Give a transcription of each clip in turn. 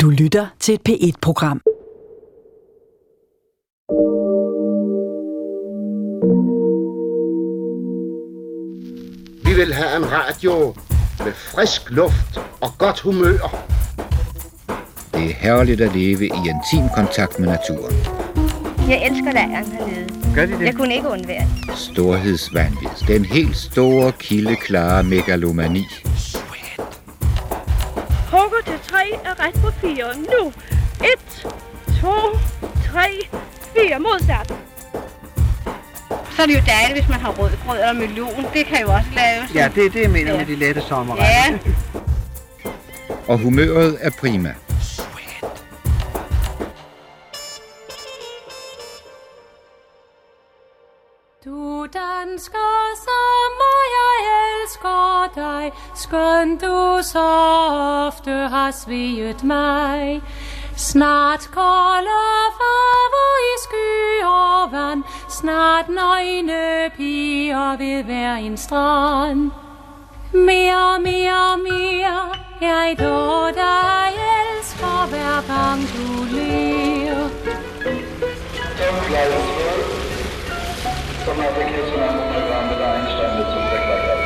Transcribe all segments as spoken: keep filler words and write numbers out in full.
Du lytter til et P et program. Vi vil have en radio med frisk luft og godt humør. Det er herligt at leve i intim kontakt med naturen. Jeg elsker lejren hernede. Gør de det? Jeg kunne ikke undvære det. Storhedsvanvid. Den helt store, kildeklare megalomani. Hugger til tre er ret på fire. Nu. Et, to, tre, fire. Modsat. Så er det jo dejligt, hvis man har rødgrød eller melon. Det kan jo også laves. Ja, det er det, jeg mener ja. med de lette sommerretter. Ja. Og humøret er prima. Du dansker sommer, jeg elsker dig, skøn du så ofte har sveget mig. Snart kolder farver i sky og vand, snart nøgne piger ved hver en strand. Mere, mere, mere, jeg dog dig elsker, hver gang du ler. Som Applikationsprogramm mit Einstein zum Vergleich.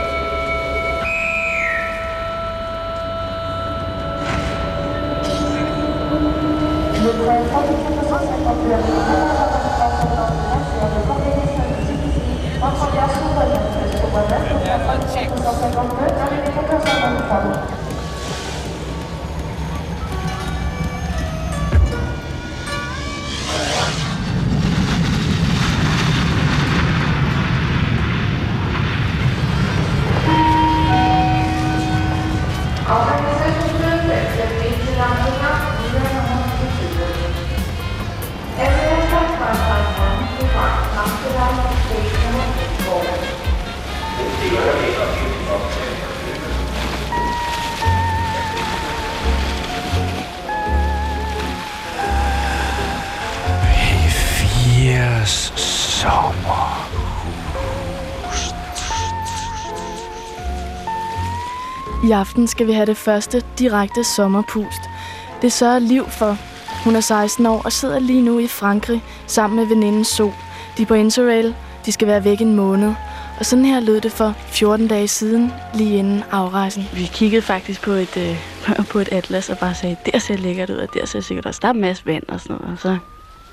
I aften skal vi have det første direkte sommerpust. Det sørger Liv for. Hun er seksten år og sidder lige nu i Frankrig sammen med veninden So. De er på Interrail. De skal være væk en måned. Og sådan her lød det for fjorten dage siden, lige inden afrejsen. Vi kiggede faktisk på et, øh, på et atlas og bare sagde, der ser lækkert ud, og der ser sikkert også. Der er en masse vand og sådan noget. Og så,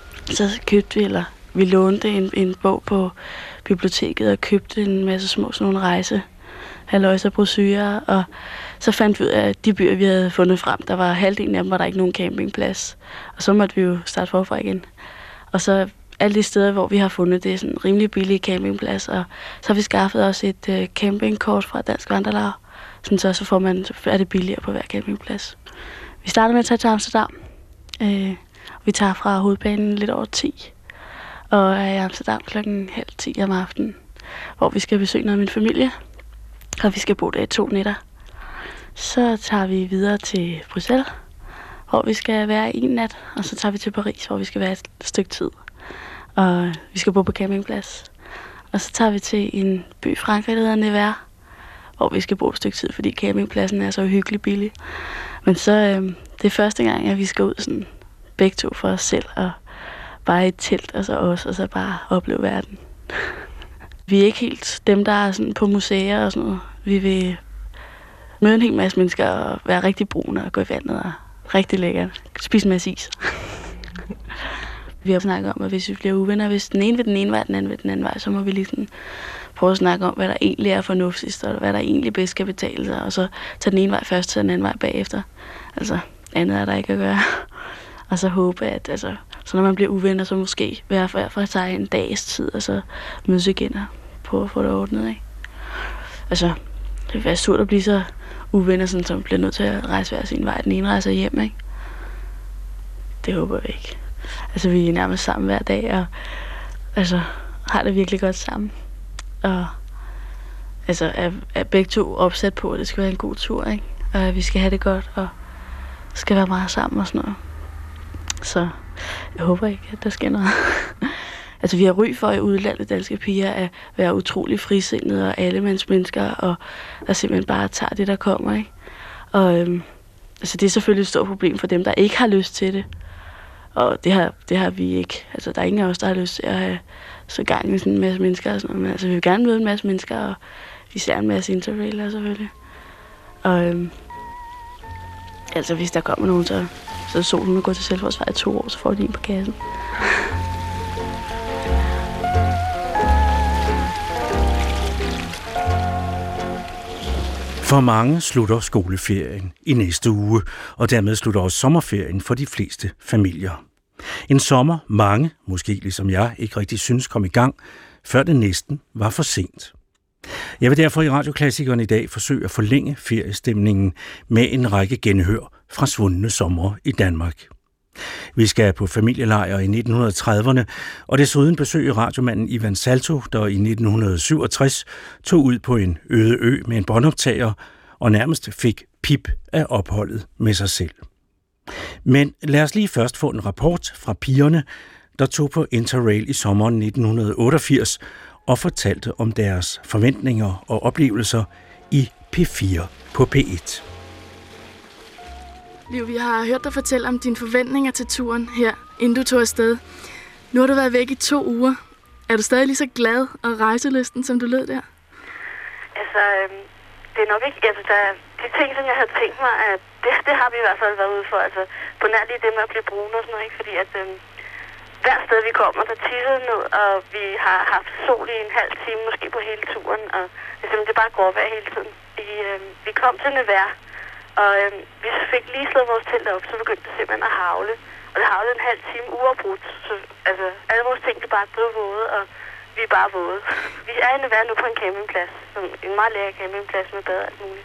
så købte vi, eller vi lånte en, en bog på biblioteket og købte en masse små sådan nogle rejse. Halløjser, brochurer, og så fandt vi ud af, at de byer, vi havde fundet frem, der var halvdelen af dem, var der ikke nogen campingplads. Og så måtte vi jo starte forfra igen. Og så alle de steder, hvor vi har fundet det, er sådan rimelig billige campingplads, og så har vi skaffet os et uh, campingkort fra Dansk Vandrelaug, sådan så, så får man, så er det billigere på hver campingplads. Vi starter med at tage til Amsterdam. Uh, vi tager fra hovedbanen lidt over ti, og er i Amsterdam klokken halv ti om aftenen, hvor vi skal besøge noget af min familie. Og vi skal bo der i to nætter. Så tager vi videre til Bruxelles, hvor vi skal være en nat. Og så tager vi til Paris, hvor vi skal være et stykke tid. Og vi skal bo på campingplads. Og så tager vi til en by i Frankrig, der hedder Nevers, hvor vi skal bo et stykke tid, fordi campingpladsen er så hyggelig billig. Men så øh, det er første gang, at vi skal ud sådan, begge to for os selv, og bare i et telt, og så os, og så bare opleve verden. Vi er ikke helt dem, der er sådan på museer og sådan noget. Vi vil møde en hel masse mennesker og være rigtig brune og gå i vandet og rigtig lækkert. Spise en masse is. Vi har snakket om, at hvis vi bliver uvenner, hvis den ene vil den ene vej, den anden vil den anden vej, så må vi ligesom prøve at snakke om, hvad der egentlig er fornuftigst, og hvad der egentlig bedst kan betale sig, og så tage den ene vej først, og den anden vej bagefter. Altså, andet er der ikke at gøre. Og så håbe, at altså, så når man bliver uvenner, så måske være for, for sig en dags tid, og så mødes igen og prøve at få det ordnet, ikke? Altså, det vil være surt at blive så uvenner, sådan, så man bliver nødt til at rejse hver sin vej. Den ene rejser hjem, ikke? Det håber vi ikke. Altså, vi er nærmest sammen hver dag, og altså, har det virkelig godt sammen. Og altså, er, er begge to opsat på, at det skal være en god tur, ikke? Og at vi skal have det godt, og skal være meget sammen og sådan noget. Så jeg håber ikke, at der sker noget. Altså, vi har ry for i udlandet, danske piger, at være utrolig frisindede og allemandsmennesker, og der simpelthen bare tager det, der kommer, ikke? Og øhm, altså det er selvfølgelig et stort problem for dem, der ikke har lyst til det. Og det har, det har vi ikke. Altså der er ingen af os, der har lyst til at have så gang med sådan en masse mennesker og sådan noget. Men altså vi vil gerne møde en masse mennesker, og især en masse interrailere selvfølgelig. Og øhm, altså hvis der kommer nogen, så, så er solen at gå til selvforsvar i to år, så får de en på kassen. For mange slutter skoleferien i næste uge, og dermed slutter også sommerferien for de fleste familier. En sommer mange, måske ligesom jeg, ikke rigtig synes kom i gang, før det næsten var for sent. Jeg vil derfor i Radioklassikeren i dag forsøge at forlænge feriestemningen med en række genhør fra svundne somre i Danmark. Vi skal på familielejr i nitten trediverne, og desuden besøge radiomanden Ivan Salto, der i nitten syvogtres tog ud på en øde ø med en båndoptager og nærmest fik pip af opholdet med sig selv. Men lad os lige først få en rapport fra pigerne, der tog på Interrail i sommeren nitten otteogfirs og fortalte om deres forventninger og oplevelser i P fire på P et. Liv, vi har hørt dig fortælle om dine forventninger til turen her, inden du tog afsted. Nu har du været væk i to uger. Er du stadig lige så glad og rejselysten, som du lød der? Altså, øhm, det er nok ikke... Altså, der, de ting, som jeg havde tænkt mig, at det, det har vi i hvert fald været ude for. Altså, på nær lige det med at blive brune og sådan noget, ikke? Fordi at øhm, hver sted vi kommer, der tissede ned, og vi har haft sol i en halv time, måske på hele turen, og det er simpelthen bare gråvejr hele tiden. I, øhm, vi kom til Nevers, og øhm, vi fik lige slået vores telt op, så begyndte det simpelthen at havle. Og det havlede en halv time uafbrudt. Så altså, alle vores ting er bare blevet våde, og vi er bare våde. Vi er i Nevers nu på en campingplads. En meget lækker campingplads med bad og alt muligt.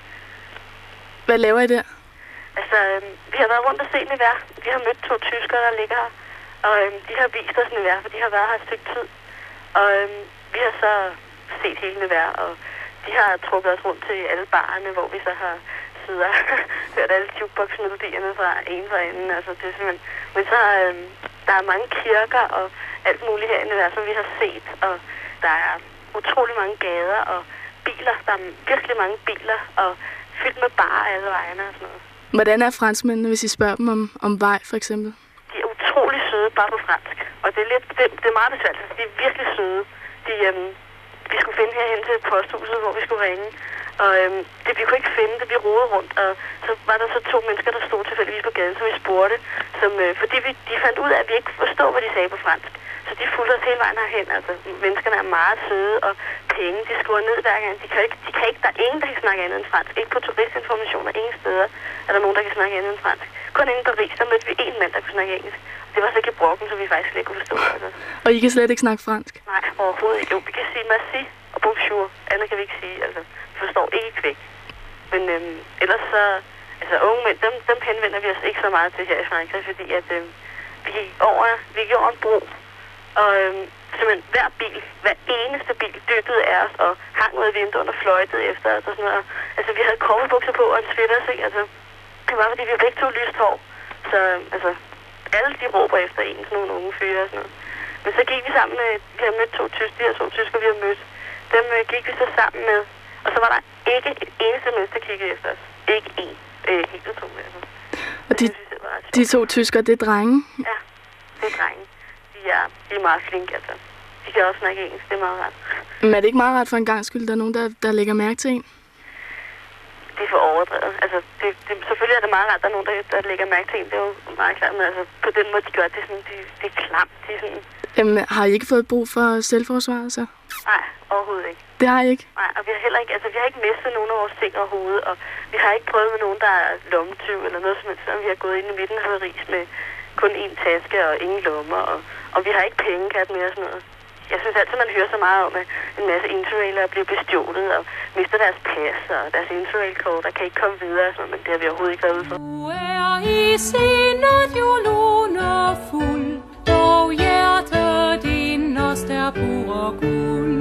Hvad laver I der? Altså, øhm, vi har været rundt og set Nevers. Vi har mødt to tyskere, der ligger her. Og øhm, de har vist os Nevers, for de har været her et stykke tid. Og øhm, vi har så set hele Nevers, og de har trukket os rundt til alle barerne, hvor vi så har siddet og hørt alle jukebox-melodierne fra en for anden. Altså, det er simpelthen... Men så øhm, der er mange kirker og alt muligt her i Nevers, som vi har set. Og der er utrolig mange gader og biler. Der er virkelig mange biler og fyldt med barer alle vejene og sådan noget. Hvordan er franskmændene, hvis I spørger dem om, om vej, for eksempel? De er utrolig søde, bare på fransk. Og det er, lidt, det, det er meget besværligt. Altså, de er virkelig søde. De, øhm, vi skulle finde herhen til posthuset, hvor vi skulle ringe. Og øhm, det, vi kunne ikke finde det, vi rodede rundt. Og så var der så to mennesker, der stod tilfældigvis på gaden, som vi spurgte. Som, øh, fordi vi, de fandt ud af, at vi ikke forstod, hvad de sagde på fransk. Så de fulgte os hele vejen herhen. Altså, menneskerne er meget søde, og penge, de skriver ned hver gang. De kan ikke, de kan ikke, der er ingen, der kan snakke andet end fransk. Ikke på turistinformationer, ingen steder er der nogen, der kan snakke andet end fransk. Kun inde i Paris, der mødte vi en mand, der kunne snakke engelsk. Det var så ikke i brokken, så vi faktisk slet ikke kunne forstå. Altså. Og I kan slet ikke snakke fransk? Nej, overhovedet ikke. Jo, vi kan sige merci og bonjour. Andet kan vi ikke sige. Altså, vi forstår ikke kvæk. Men øhm, ellers så... Altså, unge mænd, dem, dem henvender vi os ikke så meget til her i Frankrig, fordi at øhm, vi gik over, vi gik over en bro. Og øhm, simpelthen hver bil, hver eneste bil dyttede af os og hang ud af vinduerne og fløjtede efter os og sådan noget. Altså, vi havde korpebukser på og en sweater, ikke? Altså, det var fordi, vi begge to lyst hår. Så altså, alle de råber efter en, sådan nogle unge fyre og sådan noget. Men så gik vi sammen med, vi har mødt to tysker, de her to tysker, vi har mødt. Dem øh, gik vi så sammen med, og så var der ikke et eneste menneske, der kiggede efter os. Ikke én. Øh, helt utroligt, altså. Og de, de to tyskere, det er drenge? Ja, det er drenge. De er, de er meget flinke, altså. De kan også snakke engelsk, det er meget rart. Men er det ikke meget rart for en gang skyld, der er nogen, der, der lægger mærke til en? Det er for overdrevet. Altså, det, det, selvfølgelig er det meget rart, der er nogen, der, der lægger mærke til en. Det er jo meget klart, men altså, på den måde, de gør det, sådan, det, det er klamt. De er sådan... Jamen, har I ikke fået brug for selvforsvaret, så? Nej, overhovedet ikke. Det har I ikke? Nej, og vi har heller ikke, altså, vi har ikke mistet nogen af vores ting overhovedet, og vi har ikke prøvet med nogen, der er lommetyv eller noget som helst, vi har gået ind i midten af Paris med kun én taske og ingen lommer, og, og vi har ikke pengekat mere og sådan noget. Jeg synes altid, man hører så meget om, at en masse interrailere bliver bestjålet og mister deres pas og deres interrail-kort og kan ikke komme videre, sådan, men det har vi overhovedet ikke været ude for. Du er i sindet jo lunefuld, dog hjertet inderst er pure guld.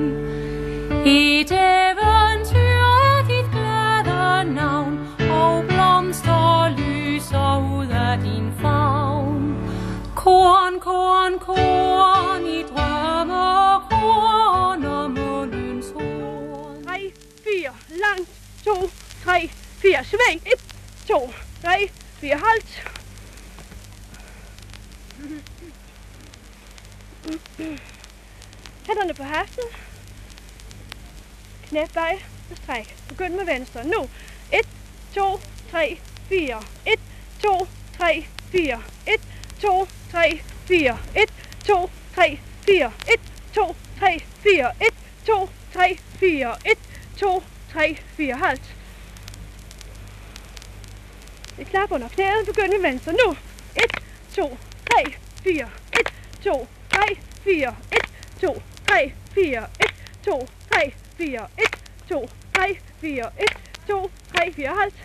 Et eventyr er dit glade navn, og blomster lyser ud af din favn. Korn, korn, korn i drømme og korn og månens horn. tre, fire, langt, to, tre, fire, sving, et, to, tre, fire, holdt. Hænderne på haften. Knæ bag og stræk. Begynd med venstre. Nu. et, to, tre, fire. et, to, tre, fire. et, to, tre, fire. et, to, tre, fire. et, to, tre, fire. et, to, tre, fire. et, to, tre, fire. Halt. Et klap under knæet. Begynd med venstre. Nu. et, to, tre, fire. et, to, tre, fire. et, to, tre, fire. et, to, tre, fire. et, to, tre, fire. et, to, tre, fire. Halt.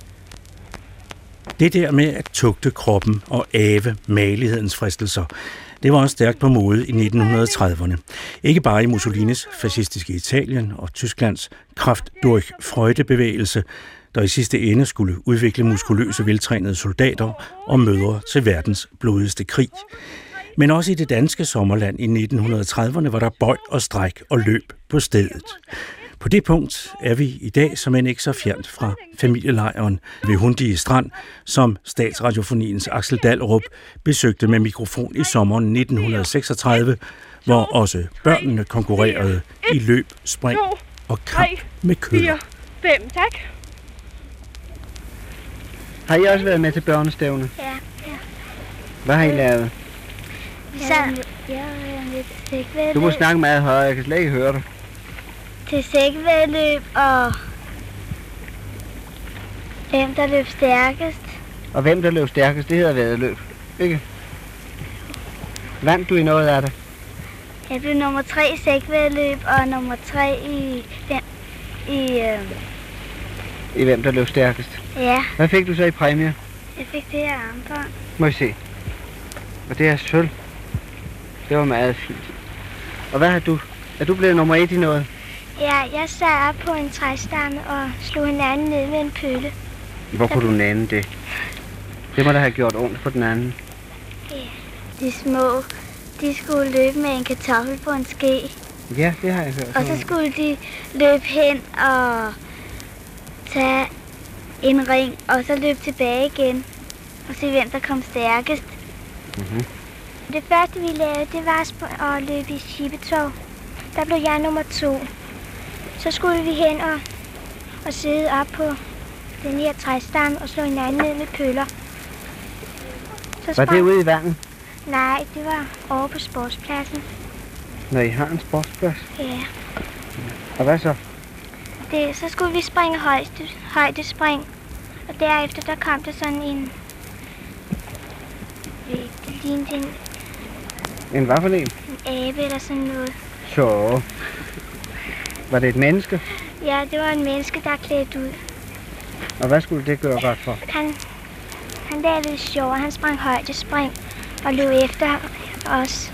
Det der med at tugte kroppen og ave malighedens fristelser, det var også stærkt på mode i nitten trediverne. Ikke bare i Mussolinis fascistiske Italien og Tysklands Kraft durch Freude-bevægelse, der i sidste ende skulle udvikle muskuløse, veltrænede soldater og mødre til verdens blodigste krig. Men også i det danske sommerland i nitten trediverne var der bøj og stræk og løb på stedet. På det punkt er vi i dag som end ikke så fjernt fra familielejren ved Hundige Strand, som Statsradiofoniens Axel Dahlerup besøgte med mikrofon i sommeren nitten seksogtredive, hvor også børnene konkurrerede i løb, spring og kamp med køller. fem, tak. Har I også været med til børnestævne? Ja. ja. Hvad har I lavet? Så, jeg er med til sækvæddeløb. Du må snakke meget højere, jeg kan slet ikke høre dig. Til sækvæddeløb og hvem der løb stærkest. Og hvem der løb stærkest, det hedder væddeløb, ikke? Vandt du i noget af det? Jeg blev nummer tre i sækvæddeløb og nummer tre i hvem, i, øh... I hvem der løb stærkest? Ja. Hvad fik du så i præmie? Jeg fik det her armbånd. Må I se. Og det er sølv. Det var meget fint. Og hvad har du? Er du blevet nummer et i noget? Ja, jeg sad op på en træstamme og slog hinanden ned med en pølle. Hvor kunne du nænde det? Det må da have gjort ondt på den anden. Ja, de små, de skulle løbe med en kartoffel på en ske. Ja, det har jeg hørt. Og så skulle de løbe hen og tage en ring, og så løbe tilbage igen. Og se, hvem der kom stærkest. Mm-hmm. Det første, vi lavede, det var at løbe i skibetog. Der blev jeg nummer to. Så skulle vi hen og, og sidde op på den her træstamme og slå hinanden ned med køller. Så var det ude i vandet? Nej, det var over på sportspladsen. Når I har en sportsplads? Ja. Og hvad så? Det, så skulle vi springe højde, højdespring. Og derefter der kom der sådan en... Det lignede en... En hvad for en? En abe eller sådan noget. Så... Var det et menneske? Ja, det var en menneske, der klædt ud. Og hvad skulle det gøre godt for? Han, han lavede det sjov, og han sprang højdespring og løb efter os.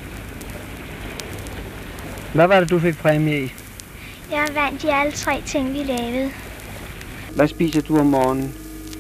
Hvad var det, du fik præmie i? Jeg vandt de alle tre ting, vi lavede. Hvad spiser du om morgenen?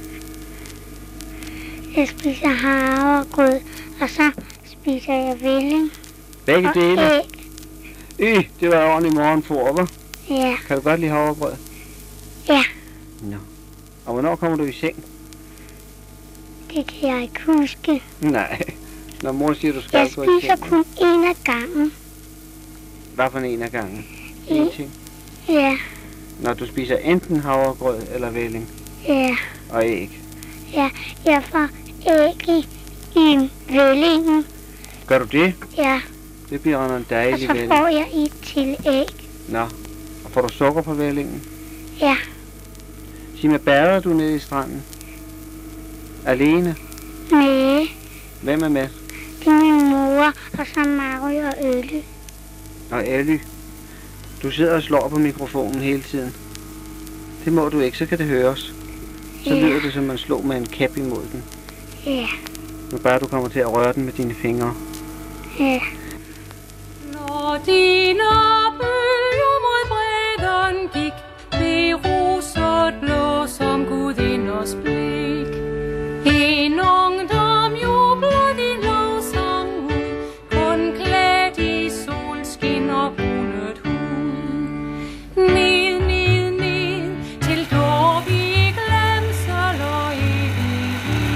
Jeg spiser havregrød, og så spiser jeg velling. Begge og dele? æg. Øh, det var ordentligt morgenfor, hva'? Ja. Kan du godt lide havregrød? Ja. Nå. Og hvornår kommer du i seng? Det kan jeg ikke huske. Nej. Når mor siger, du skal jeg gå i seng. Jeg spiser kun en af gangen. Hvad for en af gangen? En, en ting? Ja. Når du spiser enten havregrød eller velling? Ja. Og æg? Ja, jeg får æg i, i vellingen. Gør du det? Ja. Det bliver noget dejligt velling. Og så får jeg et til æg. Nå. Og får du sukker på vellingen? Ja. Sig mig, bader du nede i stranden? Alene? Nej. Hvem er med? Det er min mor, og så Mario og Øly. Og Elly? Du sidder og slår på mikrofonen hele tiden. Det må du ikke, så kan det høres. Så ja. lyder det, som man slår med en kæp imod den. Ja. Nu bare du kommer til at røre den med dine fingre. Ja. Når dine bølger mod bredden gik, blev roset blå som gudinders blik. En ungdom jubler din lovsang ud, kun klædt i solskin og brunet hud. Ned, ned, ned, til dår vi glemsel og evighed.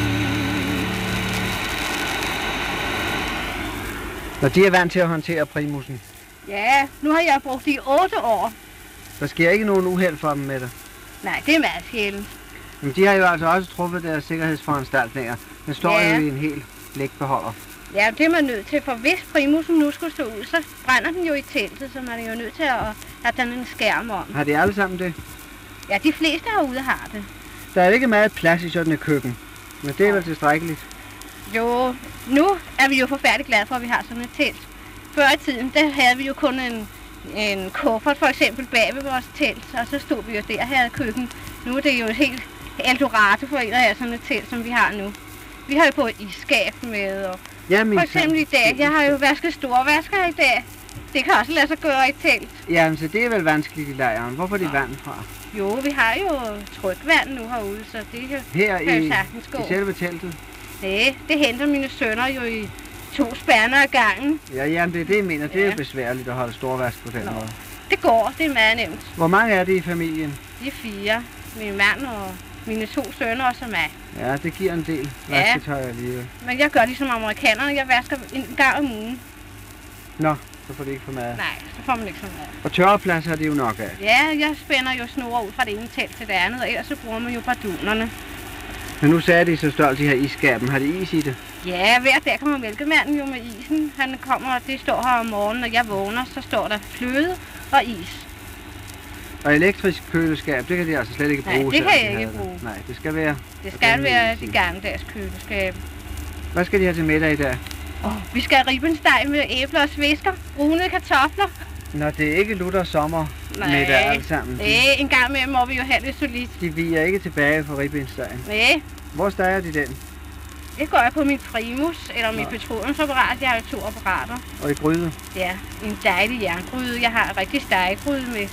Og de er vant til at håndtere primusen? Ja, nu har jeg brugt det i otte år. Der sker ikke nogen uheld for dem med det? Nej, det er meget sjældent. Men de har jo altså også truffet deres sikkerhedsforanstaltninger. Den står Ja. jo i en hel blækbeholder. Ja, det er man nødt til, for hvis primusen nu skulle stå ud, så brænder den jo i teltet, så man er jo nødt til at have den en skærm om. Har de alle sammen det? Ja, de fleste herude har det. Der er jo ikke meget plads i sådan et køkken, men det er vel tilstrækkeligt. Jo, nu er vi jo forfærdeligt glade for, at vi har sådan et telt. Før i tiden, der havde vi jo kun en, en kuffert for eksempel bag ved vores telt, og så stod vi jo der og havde køkken. Nu er det jo et helt eldorado for en at have sådan et telt, som vi har nu. Vi har jo fået isskab med, og ja, for eksempel i dag, jeg har jo vasket store vasker i dag. Det kan også lade sig gøre i telt. Ja, så det er vel vanskeligt i lejren. Hvorfor er de vand fra? Jo, vi har jo trykvand nu herude, så det kan, Her kan i, jo sagtens gå. i selve teltet? Nej, det henter mine sønner jo i to spærner ad gangen. Ja, jamen det er det, jeg mener. Det er ja. besværligt at holde storvask på den Nå. måde. Det går, det er meget nemt. Hvor mange er det i familien? De er fire. Min mand og mine to sønner og så mig. Ja, det giver en del vasketøj ja. alligevel. Men jeg gør ligesom amerikanerne. Jeg vasker en gang om ugen. Nå, så får det ikke for meget. Nej, så får man ikke så meget. Og tørrepladser har det jo nok af. Ja, jeg spænder jo snore ud fra det ene telt til det andet, og ellers så bruger man jo bardunerne. Men nu sagde de så stolt, de her isskaben. Har de is i det? Ja, hver dag kommer mælkemanden jo med isen. Han kommer, og det står her om morgenen, og jeg vågner, så står der fløde og is. Og elektrisk køleskab, det kan de altså slet ikke bruge? Nej, det kan jeg ikke bruge. Nej, det skal være... Det skal være de gammeldags køleskab. Hvad skal de have til middag i dag? Oh, vi skal have ribbensteg med æbler og svisker, brune kartofler. Nå, det er ikke lutter sommer middag alle sammen. Nej, en gang med må vi jo have det solidt. De viger ikke tilbage for ribbenstegen. Nej. Hvor steger de den? Det går jeg på min primus, eller min petroleumsapparat. Jeg har jo to apparater. Og i gryde? Ja, en dejlig jerngryde. Jeg har en rigtig stegegryde med.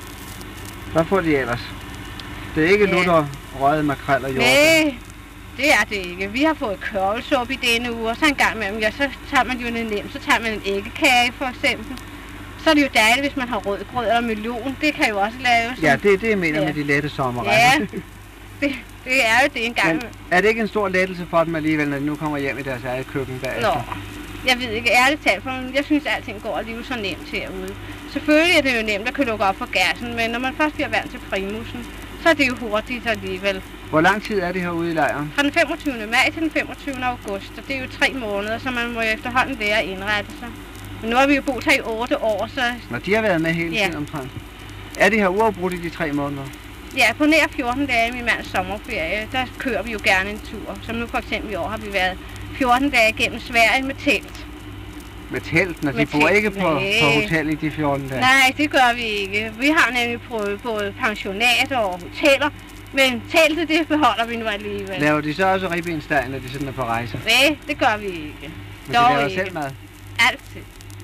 Hvad får de ellers? Det er ikke ja. lutter røget makrel og hjort. Nej, det er det ikke. Vi har fået kørvelsuppe i denne uge, og så en gang med dem, ja, så tager man jo en nem, så tager man en æggekage for eksempel. Så er det jo dejligt, hvis man har rødgrød eller melon. Det kan jo også laves. Ja, det er det, jeg mener ja. med de lette sommerretter. Ja, det, det er jo det en gang. Men er det ikke en stor lettelse for dem alligevel, når de nu kommer hjem i deres eget køkken bagefter? Nå, jeg ved ikke ærligt talt, for jeg synes, at alting går alligevel så nemt herude. Selvfølgelig er det jo nemt at kunne lukke op for gassen, men når man først bliver vant til primusen, så er det jo hurtigt alligevel. Hvor lang tid er det herude i lejren? Fra den femogtyvende maj til den femogtyvende august, og det er jo tre måneder, så man må jo efterhånden lære at indrette sig. Men nu har vi jo boet her i otte år, så... Nå, de har været med hele ja. tiden omtrent. Er de her uafbrudt i de tre måneder? Ja, på nær fjorten dage i min mands sommerferie, der kører vi jo gerne en tur. Som nu for eksempel i år har vi været fjorten dage gennem Sverige med telt. Med telt? Når med de bor telt. ikke på, på hotel i de fjorten dage? Nej, det gør vi ikke. Vi har nemlig prøvet både pensionater og hoteller, men teltet, det beholder vi nu alligevel. Laver de så også ribbensteg, når de sådan er på rejse? Nej, det gør vi ikke. Men de laver ikke. selv mad? Altid.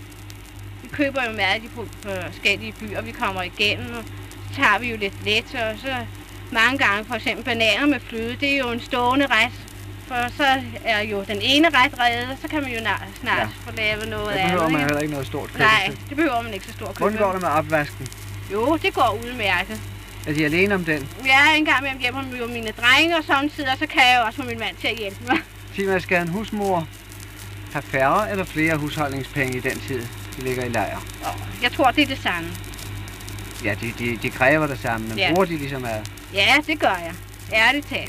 Vi køber jo mad i de forskellige byer, vi kommer igennem, og så tager vi jo lidt let, og så mange gange for eksempel bananer med fløde, det er jo en stående ret. For så er jo den ene ret reddet, og så kan man jo snart ja. få lavet noget andet. Det behøver man heller ikke noget stort køkken. Nej, det behøver man ikke så stort køkken. Hvordan går det med opvasken? Jo, det går udmærket. Er de alene om den? Ja, en gang med at hjælpe jo mine drenge, og samtidig så kan jeg jo også få min mand til at hjælpe mig. Sig mig, skal en husmor have færre eller flere husholdningspenge i den tid, de ligger i lejr? Jeg tror, det er det samme. Ja, de, de, de kræver det samme, men ja. bruger de ligesom ad? Ja, det gør jeg. Ærligt talt.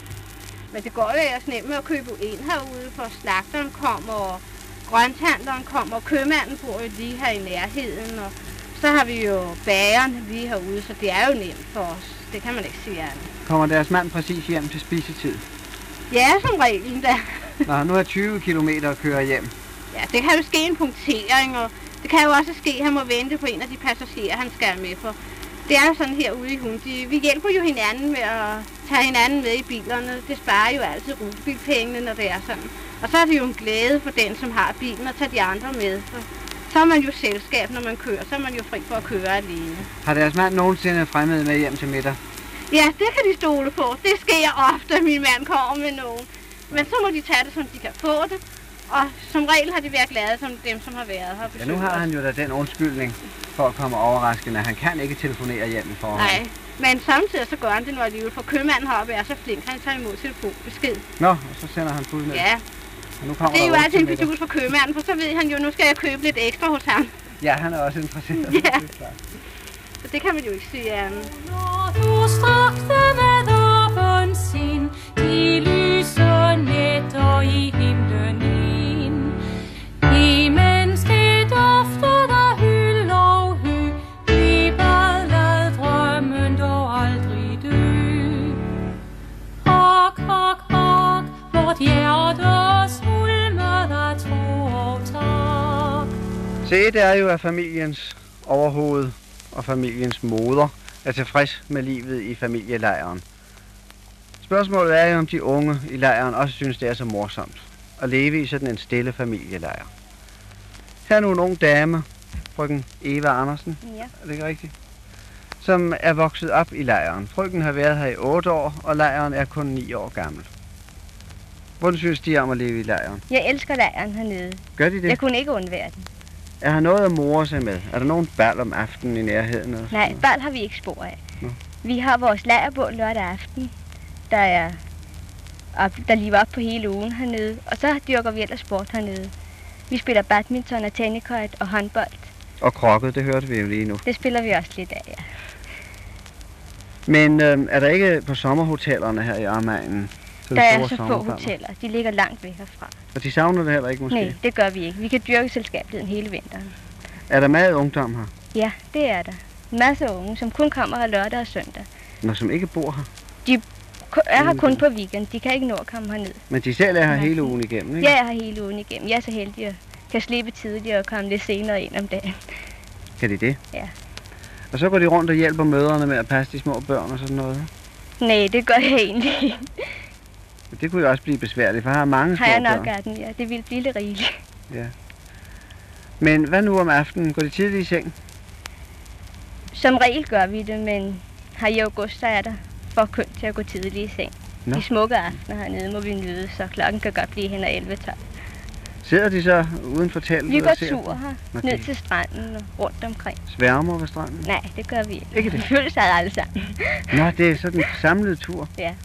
Men det går jo ellers nemt med at købe ind herude, for slagteren kommer, og grønthandleren kommer, og købmanden bor jo lige her i nærheden, og så har vi jo bageren lige herude, så det er jo nemt for os. Det kan man ikke sige andet. Kommer deres mand præcis hjem til spisetid? Ja, som reglen da. Nå, nu er tyve kilometer at køre hjem. Ja, det kan jo ske en punktering, og det kan jo også ske, at han må vente på en af de passagerer, han skal med for. Det er jo sådan herude i Hundi. Vi hjælper jo hinanden med at tage hinanden med i bilerne. Det sparer jo altid rutebilpengene, når det er sådan. Og så er det jo en glæde for den, som har bilen, at tage de andre med. For så er man jo selskab, når man kører. Så er man jo fri for at køre alene. Har deres mand nogensinde fremmed med hjem til middag? Ja, det kan de stole på. Det sker ofte, at min mand kommer med nogen. Men så må de tage det, som de kan få det. Og som regel har de været glade som dem, som har været her. Ja, nu har han jo da den undskyldning for at komme overraskende. Han kan ikke telefonere hjem i forhånd. Nej, men samtidig så gør han det nu alligevel, for købmanden heroppe er så flink, han tager imod telefonbesked. Nå, og så sender han bud med. Ja. Nu kommer det er jo der altid en otte til fidus for købmanden, for så ved han jo, nu skal jeg købe lidt ekstra hos ham. Ja, han er også interesseret. Ja. Det er klart. Så det kan man jo ikke sige. Um... Når du strakte med åben sind, de lyse nætter i himlen ind. Imens det duftede af hyld og hø, vi bad lad drømmen dog aldrig dø. Hok, hok, hok, vort hjerte svulmer af tro og tak. Se, det er jo, at familiens overhoved og familiens moder er tilfreds med livet i familielejren. Spørgsmålet er jo, om de unge i lejren også synes, det er så morsomt at leve i sådan en stille familielejr. Her er nogle unge damer, frøken Eva Andersen, ja. Er det ikke rigtigt? Som er vokset op i lejren. Frøken har været her i otte år, og lejren er kun ni år gammel. Hvordan synes de om at leve i lejren? Jeg elsker lejren hernede. Gør de det? Jeg kunne ikke undvære den. Er der noget at more sig med? Er der nogen bal om aftenen i nærheden? Eller Nej, bal har vi ikke spor af. Nå. Vi har vores lejrbål lørdag aften, der er op, der lever op på hele ugen hernede. Og så dyrker vi ellers sport hernede. Vi spiller badminton og tenniskøjt og håndbold. Og krokket, det hørte vi jo lige nu. Det spiller vi også lidt af, ja. Men øhm, er der ikke på sommerhotellerne her i omegnen? Der er så få hoteller. De ligger langt væk herfra. Og de savner det heller ikke måske? Nej, det gør vi ikke. Vi kan dyrke selskabeligheden hele vinteren. Er der meget ungdom her? Ja, det er der. En masse unge, som kun kommer her lørdag og søndag. Nå, som ikke bor her? De er her kun på weekend. De kan ikke nå at komme herned. Men de selv er her hele ugen igennem, ikke? Jeg er her hele ugen igennem. Jeg er så heldig at kan slippe tidligere og komme lidt senere ind om dagen. Kan de det? Ja. Og så går de rundt og hjælper mødrene med at passe de små børn og sådan noget? Nej, det gør jeg egentlig ikke. Det kunne jo også blive besværligt, for jeg har mange små børn. Har jeg børn. nok af den, ja. Det ville blive lidt rigeligt. Ja. Men hvad nu om aftenen? Går de tidligt i seng? Som regel gør vi det, men her i august, så er der for kønt til at gå tidligt i seng. Nå. De smukke aftener hernede må vi nyde, så klokken kan godt blive hen ad elleve tolv. Sidder de så uden for teltet? Vi går og ser tur her, okay. ned til stranden og rundt omkring. Sværmer ved stranden? Nej, det gør vi ikke. Ikke det? Vi føles alle sammen. Nå, det er sådan en samlet tur. Ja.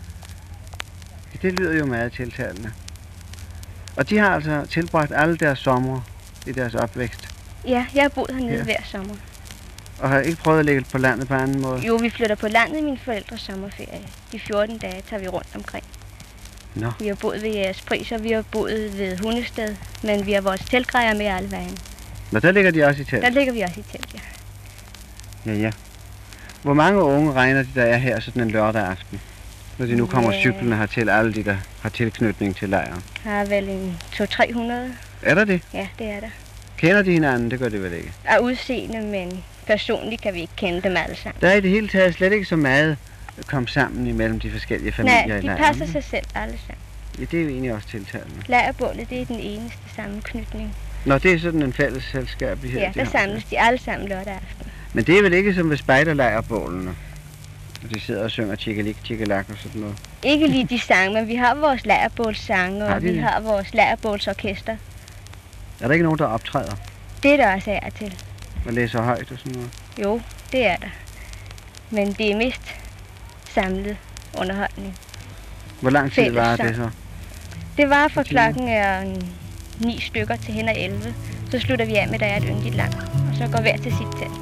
Det lyder jo meget tiltalende. Og de har altså tilbragt alle deres sommer i deres opvækst? Ja, jeg har boet hernede ja. hver sommer. Og har ikke prøvet at ligge på landet på anden måde? Jo, vi flytter på landet i mine forældres sommerferie. De fjorten dage tager vi rundt omkring. Nå. Vi har boet ved Jægerspris, og vi har boet ved Hundested, men vi har vores teltgrejer med alle vejen. Nå, der ligger de også i telt? Der ligger vi også i telt, ja. Ja, ja. Hvor mange unge regner de, der er her sådan en lørdag aften? Når de nu kommer ja. cyklerne hertil, alle de, der har tilknytning til lejren. Der er vel en to til tre hundrede. Er der det? Ja, det er der. Kender de hinanden? Det gør de vel ikke? Af udseende, men personligt kan vi ikke kende dem alle sammen. Der er i det hele taget slet ikke så meget at komme sammen imellem de forskellige familier Nej, i lejren. Nej, de passer sig selv alle sammen. Ja, det er jo egentlig også tiltalende. Lejrbålet, det er den eneste sammenknytning. Nå, det er sådan en fælles selskablighed. Ja, der de samles de alle sammen lørdag aften. Men det er vel ikke som ved spejderlejrbålene? De sidder og synger tjekkelik, tjekkelak og sådan noget. Ikke lige de sange, men vi har vores lejrbålssange, og vi det? har vores lejrbålsorkester. Er der ikke nogen, der optræder? Det er der også er til. Og læser højt og sådan noget? Jo, det er der. Men det er mest samlet underholdning. Hvor lang tid var det så? Det var fra klokken er ni stykker til hen ad elleve. Så slutter vi af med, at der er et yndigt lang. Og så går hver til sit telt.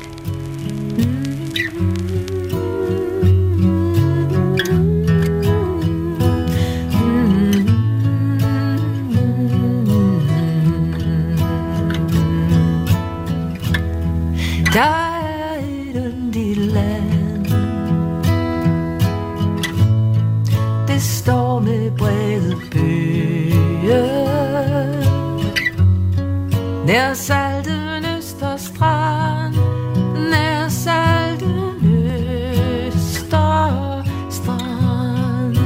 Der er et yndigt land. Det står med brede bøger nær Salten Øster Strand, nær Salten Øster Strand.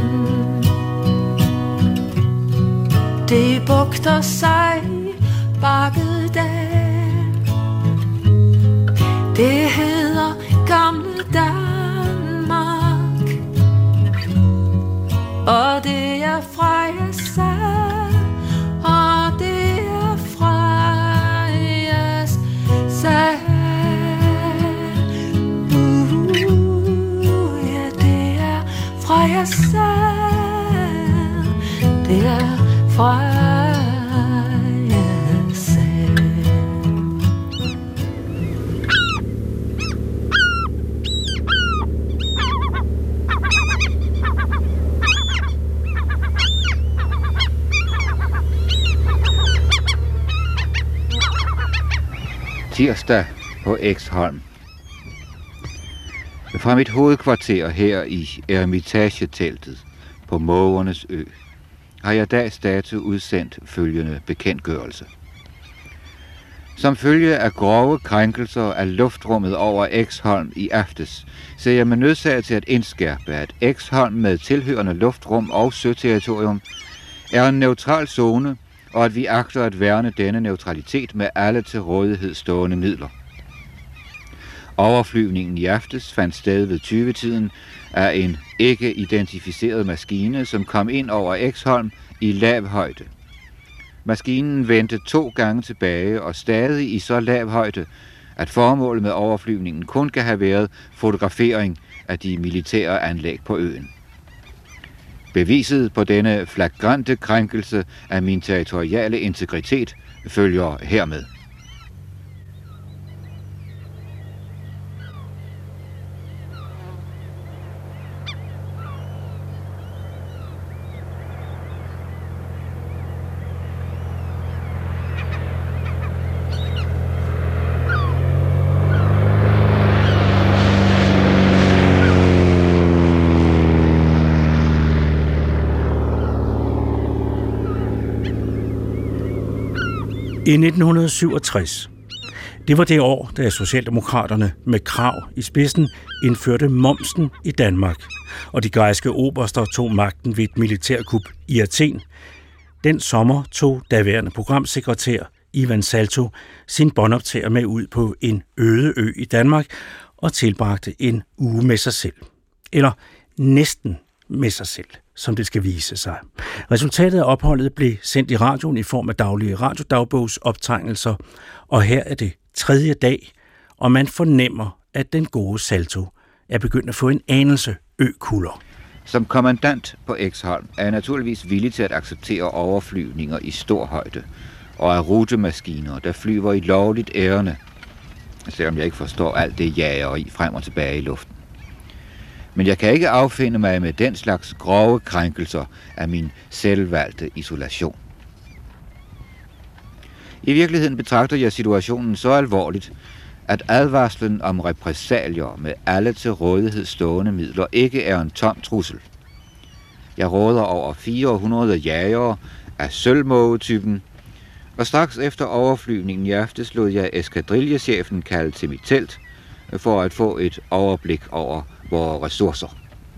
Det bugter sig bakket af. Det hedder gamle Danmark, og det er Freja Sand, og det er Frejas Sand. Uh, ja, det er Freja Sand, det er Freja Tirsdag på Exholm. Fra mit hovedkvarter her i Eremitageteltet på Mågernes Ø har jeg dags dato udsendt følgende bekendtgørelse. Som følge af grove krænkelser af luftrummet over Exholm i aftes, ser jeg mig nødsaget til at indskærpe, at Exholm med tilhørende luftrum og søterritorium er en neutral zone, og at vi agter at værne denne neutralitet med alle til rådighed stående midler. Overflyvningen i aftes fandt sted ved tyve-tiden af en ikke identificeret maskine, som kom ind over Exholm i lav højde. Maskinen vendte to gange tilbage og stadig i så lav højde, at formålet med overflyvningen kun kan have været fotografering af de militære anlæg på øen. Beviset på denne flagrante krænkelse af min territoriale integritet følger hermed. I nitten syvogtres. Det var det år, da Socialdemokraterne med Krag i spidsen indførte momsen i Danmark, og de græske oberster tog magten ved et militærkup i Athen. Den sommer tog daværende programsekretær Ivan Salto sin båndoptager med ud på en øde ø i Danmark og tilbragte en uge med sig selv. Eller næsten med sig selv, som det skal vise sig. Resultatet af opholdet blev sendt i radioen i form af daglige radiodagbogsoptegnelser, og her er det tredje dag, og man fornemmer, at den gode Salto er begyndt at få en anelse økulder. Som kommandant på Exholm er jeg naturligvis villig til at acceptere overflyvninger i stor højde, og af rutemaskiner, der flyver i lovligt ærende, selvom jeg ikke forstår alt det jageri frem og tilbage i luften. Men jeg kan ikke affinde mig med den slags grove krænkelser af min selvvalgte isolation. I virkeligheden betragter jeg situationen så alvorligt, at advarslen om repressalier med alle til rådighed stående midler ikke er en tom trussel. Jeg råder over fire hundrede jagere af sølvmågetypen, og straks efter overflyvningen i aftes lod jeg eskadrillechefen kalde til mit telt for at få et overblik over vores ressourcer.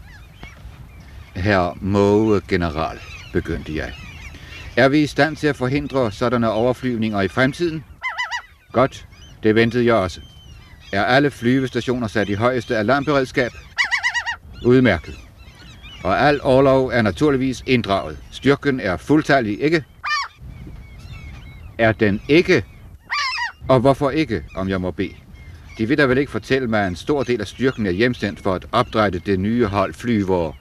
Herr Måge-general, begyndte jeg. Er vi i stand til at forhindre sådanne overflyvninger i fremtiden? Godt, det ventede jeg også. Er alle flyvestationer sat i højeste alarmberedskab? Udmærket. Og al orlov er naturligvis inddraget. Styrken er fuldtallig, ikke? Er den ikke? Og hvorfor ikke, om jeg må bede? De vil da vel ikke fortælle mig, at en stor del af styrken er hjemsendt for at opdrætte det nye hold flyvere.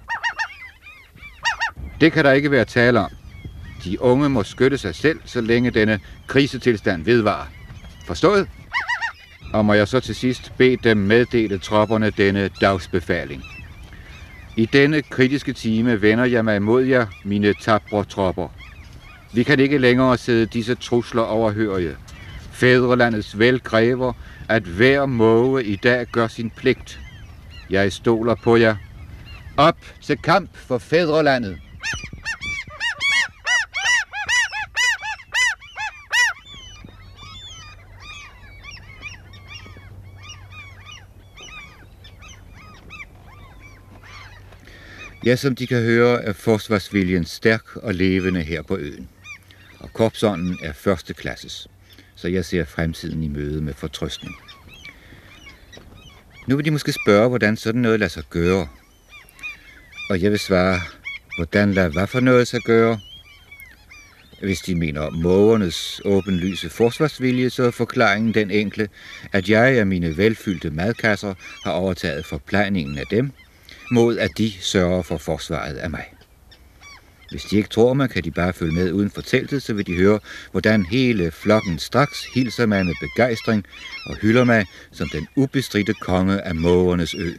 Det kan der ikke være tale om. De unge må skytte sig selv, så længe denne krisetilstand vedvarer. Forstået? Og må jeg så til sidst bede dem meddele tropperne denne dagsbefaling. I denne kritiske time vender jeg mig imod jer, mine tapre tropper. Vi kan ikke længere sidde disse trusler overhørige. Fædrelandets vel kræver, at hver måge i dag gør sin pligt. Jeg stoler på jer. Op til kamp for fædrelandet! Ja, som de kan høre, er forsvarsviljen stærk og levende her på øen. Og korpsånden er første klasses, så jeg ser fremtiden i møde med fortrøstning. Nu vil de måske spørge, hvordan sådan noget lader sig gøre. Og jeg vil svare, hvordan lader hvad for noget sig gøre? Hvis de mener mågernes åbenlyse forsvarsvilje, så er forklaringen den enkle, at jeg og mine velfyldte madkasser har overtaget forplejningen af dem, mod at de sørger for forsvaret af mig. Hvis de ikke tror mig, kan de bare følge med uden for teltet, så vil de høre, hvordan hele flokken straks hilser mig med begejstring og hylder mig som den ubestridte konge af mågernes ø.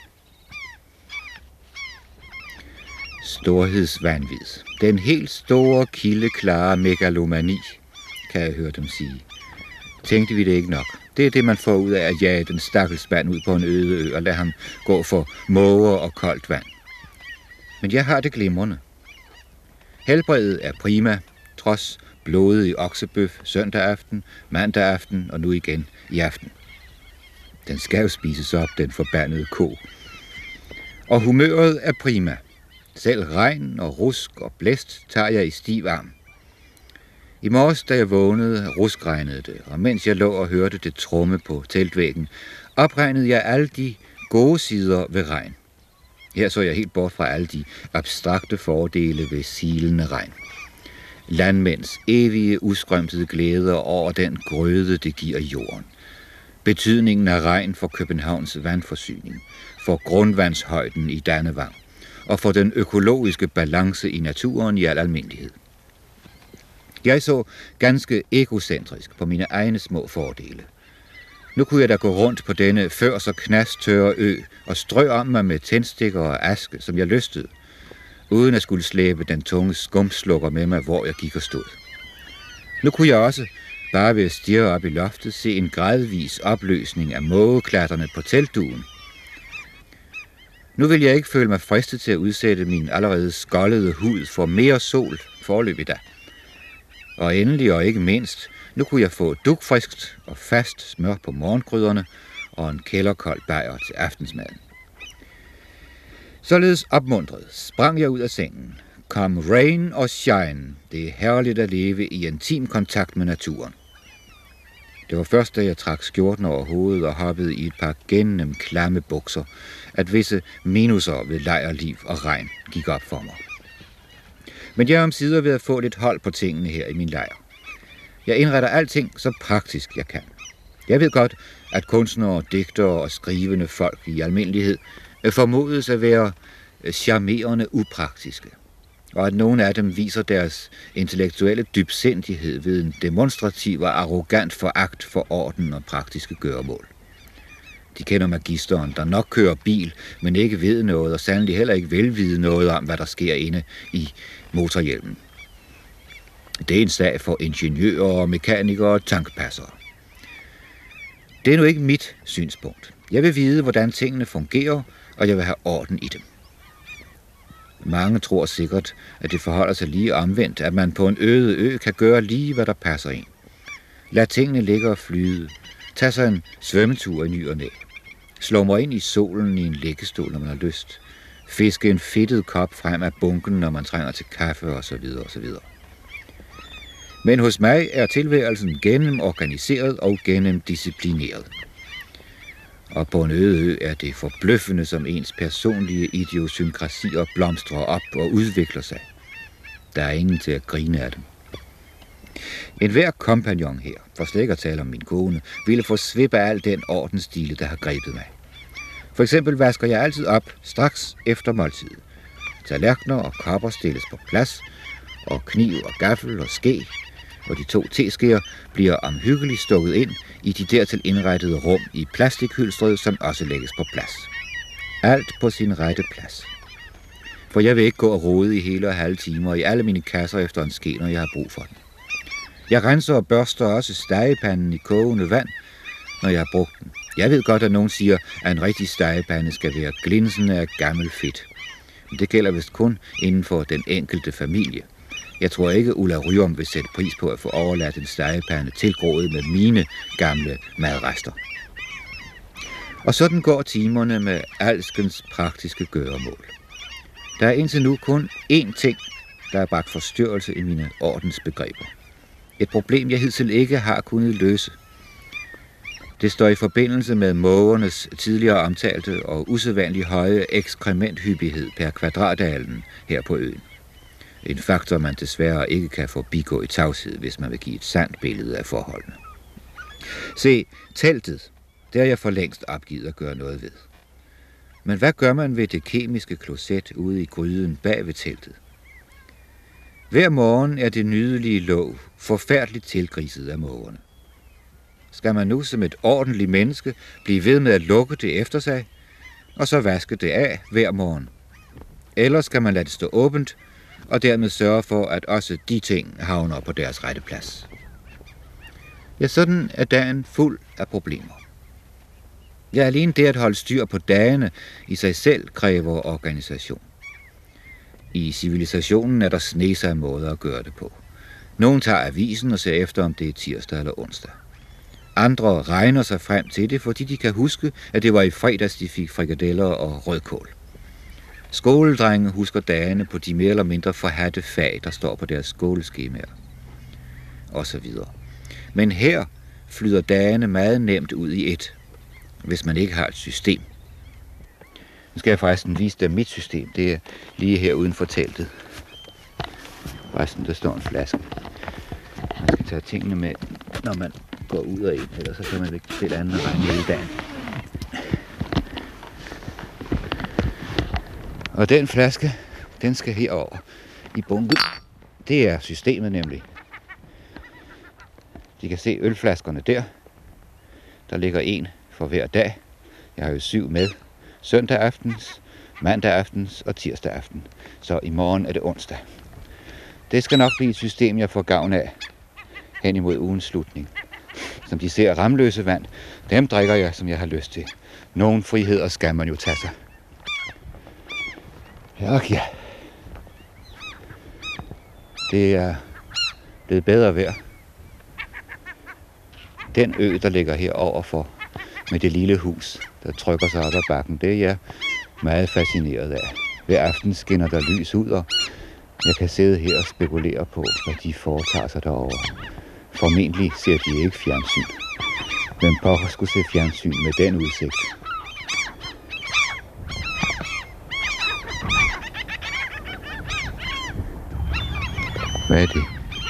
Storhedsvanvid. Den helt store, kildeklare megalomani, kan jeg høre dem sige. Tænkte vi det ikke nok? Det er det, man får ud af at jage den stakkels mand ud på en øde ø og lade ham gå for måger og koldt vand. Men jeg har det glimrende. Helbredet er prima, trods blodig oksebøf søndag aften, mandag aften og nu igen i aften. Den skal jo spises op, den forbandede ko. Og humøret er prima. Selv regn og rusk og blæst tager jeg i stiv arm. I morges, da jeg vågnede, ruskregnede det, og mens jeg lå og hørte det trumme på teltvæggen, opregnede jeg alle de gode sider ved regn. Her så jeg helt bort fra alle de abstrakte fordele ved silende regn. Landmænds evige uskrømtede glæder over den grøde, det giver jorden. Betydningen af regn for Københavns vandforsyning, for grundvandshøjden i Dannevang, og for den økologiske balance i naturen i al almindelighed. Jeg så ganske egocentrisk på mine egne små fordele. Nu kunne jeg da gå rundt på denne før så knastørre ø og strø om mig med tændstikker og aske, som jeg lystede, uden at skulle slæbe den tunge skumslukker med mig, hvor jeg gik og stod. Nu kunne jeg også, bare ved at stirre op i loftet, se en gradvis opløsning af mågeklatterne på teltduen. Nu vil jeg ikke føle mig fristet til at udsætte min allerede skoldede hud for mere sol forløbig da. Og endelig og ikke mindst, nu kunne jeg få dugfriskt og fast smør på morgenkrydderne og en kælderkold bajer til aftensmaden. Således opmuntret sprang jeg ud af sengen. Come rain or shine, det er herligt at leve i intim kontakt med naturen. Det var først, da jeg trak skjorten over hovedet og hoppede i et par gennem klamme bukser, at visse minuser ved lejrliv og regn gik op for mig. Men jeg er omsider ved at få lidt hold på tingene her i min lejr. Jeg indretter alting så praktisk jeg kan. Jeg ved godt, at kunstnere, digtere og skrivende folk i almindelighed formodes at være charmerende upraktiske, og at nogle af dem viser deres intellektuelle dybsindighed ved en demonstrativ og arrogant foragt for orden og praktiske gøremål. De kender magisteren, der nok kører bil, men ikke ved noget, og sandelig heller ikke vil vide noget om, hvad der sker inde i motorhjelmen. Det er en sag for ingeniører, mekanikere og tankpassere. Det er nu ikke mit synspunkt. Jeg vil vide, hvordan tingene fungerer, og jeg vil have orden i dem. Mange tror sikkert, at det forholder sig lige omvendt, at man på en øde ø kan gøre lige, hvad der passer ind. Lad tingene ligge og flyde. Tag sig en svømmetur i ny og næ. Slå mig ind i solen i en liggestol, når man har lyst. Fiske en fedtet kop frem af bunken, når man trænger til kaffe osv. osv. Men hos mig er tilværelsen gennemorganiseret og gennemdisciplineret. Og på en øde ø er det forbløffende, som ens personlige idiosynkrasier blomstrer op og udvikler sig. Der er ingen til at grine af dem. En hver kompagnon her, for slet ikke at tale om min kone, ville få svip af al den ordensstile, der har grebet mig. For eksempel vasker jeg altid op straks efter måltidet. Tallerkener og kopper stilles på plads, og kniv og gaffel og ske, og de to teskeer bliver omhyggeligt stukket ind i de dertil indrettede rum i plastikhylstret, som også lægges på plads. Alt på sin rette plads. For jeg vil ikke gå og rode i hele og halve timer i alle mine kasser efter en ske, når jeg har brug for den. Jeg renser og børster også stegepanden i kogende vand, når jeg har brugt den. Jeg ved godt, at nogen siger, at en rigtig stegepande skal være glinsende af gammel fedt. Men det gælder vist kun inden for den enkelte familie. Jeg tror ikke, Ulla Ryum vil sætte pris på at få overladt en stegepande tilgroet med mine gamle madrester. Og sådan går timerne med alskens praktiske gøremål. Der er indtil nu kun én ting, der har bragt forstyrrelse i mine ordensbegreber. Et problem, jeg hidtil ikke har kunnet løse. Det står i forbindelse med mågernes tidligere omtalte og usædvanligt høje ekskrementhyppighed per kvadratalen her på øen. En faktor, man desværre ikke kan forbigå i tavshed, hvis man vil give et sandt billede af forholdene. Se, teltet, det har jeg for længst opgivet at gøre noget ved. Men hvad gør man ved det kemiske kloset ude i gryden bag ved teltet? Hver morgen er det nydelige låg forfærdeligt tilgriset af mågerne. Skal man nu som et ordentligt menneske blive ved med at lukke det efter sig, og så vaske det af hver morgen? Eller skal man lade det stå åbent, og dermed sørge for, at også de ting havner på deres rette plads? Ja, sådan er dagen fuld af problemer. Ja, alene det at holde styr på dagene i sig selv kræver organisation. I civilisationen er der sneser af måder at gøre det på. Nogen tager avisen og ser efter, om det er tirsdag eller onsdag. Andre regner sig frem til det, fordi de kan huske, at det var i fredags, de fik frikadeller og rødkål. Skoledrenge husker dagene på de mere eller mindre forhatte fag, der står på deres skoleskemaer. Og så videre. Men her flyder dagene meget nemt ud i et, hvis man ikke har et system. Nu skal jeg forresten vise dem mit system. Det er lige her uden for teltet. Forresten, der står en flaske. Man skal tage tingene med, når man går ud og ind, ellers så kan man ikke spille andet og regne hele dagen. Og den flaske, den skal herover i bunken. Det er systemet nemlig. De kan se ølflaskerne der. Der ligger en for hver dag. Jeg har jo syv med. Søndag aftens, mandag aftens og tirsdag aften. Så i morgen er det onsdag. Det skal nok blive et system, jeg får gavn af hen imod ugens slutning. Som de ser ramløse vand, dem drikker jeg, som jeg har lyst til. Nogen friheder skal man jo tage sig. Ja, ja. Det er blevet bedre vejr. Den ø, der ligger her overfor, med det lille hus, der trykker sig op ad bakken, det er jeg meget fascineret af. Hver aften skinner der lys ud, og jeg kan sidde her og spekulere på, hvad de foretager sig derovre. Formentlig ser de ikke fjernsyn. Hvem pokker skulle se fjernsyn med den udsigt? Hvad er det?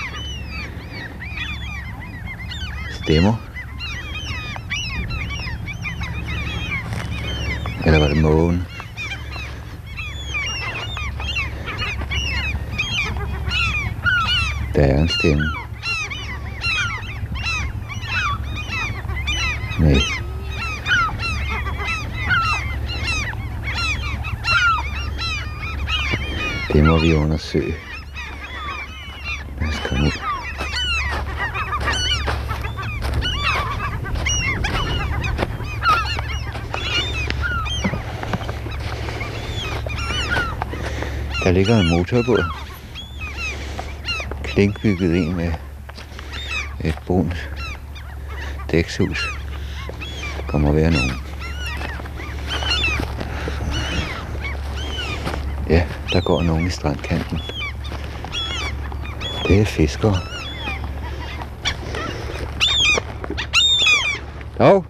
Stemmer? Eller var det mågen? Der er en stemme. Nej. Det må vi undersøge. Lad os komme ud. Der ligger en motorbåd. Klinkbygget en med et brunt dækshus. Der må være nogen. Ja, der går nogen i strandkanten. Det er fiskere. Dog.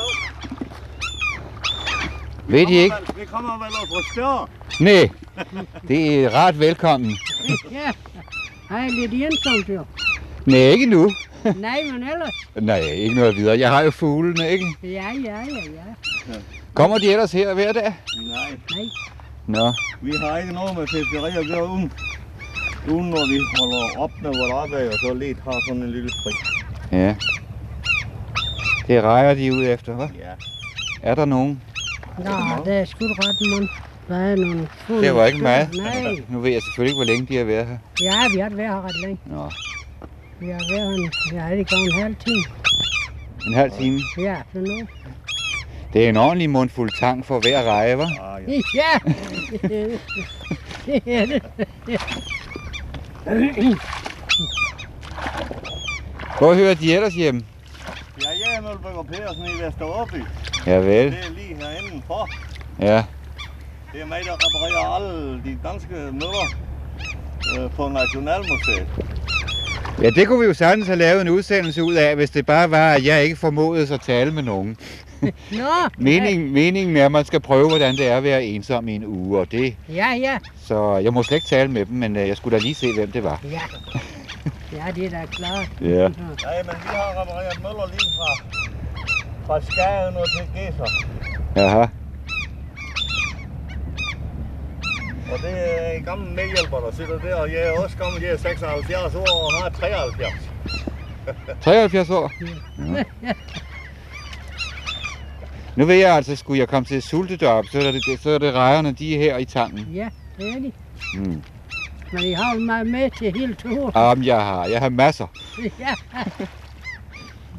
Ved de ikke? Vi kommer vel op på større. Nej, det er ret velkommen. Ja, hej, lidt ensomt jo. Nej, ikke nu. Nej, men ellers. Nej, ikke noget videre. Jeg har jo fuglene, ikke? Ja, ja, ja, ja. Kommer de ellers her hver dag? Nej. Nej. Nå. Vi har ikke noget med fiskeri at gøre uden. Uden når vi holder op med vores arbejde, og så lidt har sådan en lille fri. Ja. Det rejer de ud efter, hva'? Ja. Er der nogen? Nå, det er sgu ret, mand. Der er nogle fugle. Det var ikke meget. Nej. Nu ved jeg selvfølgelig ikke, hvor længe de har været her. Ja, vi har været her ret længe. Nå. Vi har været her, vi har ikke gået en halv time. En halv time? Ja, så nu. Det er en ordentlig mundfuld tang for hver reje, hva'? Ah, ja. Ja, det er det. Hvor hører de ellers hjemme? Ja, jeg er Mølbæk og Pedersen i Vesteråby. Ja vel. Det er lige herinde for. Ja. Det er mig, der reparerer alle de danske møller øh, på Nationalmuseet. Ja, det kunne vi jo sagtens have lavet en udsendelse ud af, hvis det bare var, at jeg ikke formåede at tale med nogen. Nå! Meningen, meningen er, at man skal prøve, hvordan det er at være ensom i en uge, og det... Ja, ja. Så jeg må slet ikke tale med dem, men jeg skulle da lige se, hvem det var. Ja. Ja, det er da klart. Ja. Nej, men vi har repareret møller lige fra, fra Skagen og til Gæser. Jaha. Og det er en gammel medhjælper, der sidder der, og jeg er også gammel, jeg er seksoghalvfjerds år og har treoghalvfjerds. treoghalvfjerds år? Ja. Nu ved jeg altså, skulle jeg komme til at sulte derop, så er det, så er det rejerne, de er her i tangen. Ja, det er de. Mm. Men I har jo meget med til hele turen. Jamen, jeg har, jeg har masser. Ja.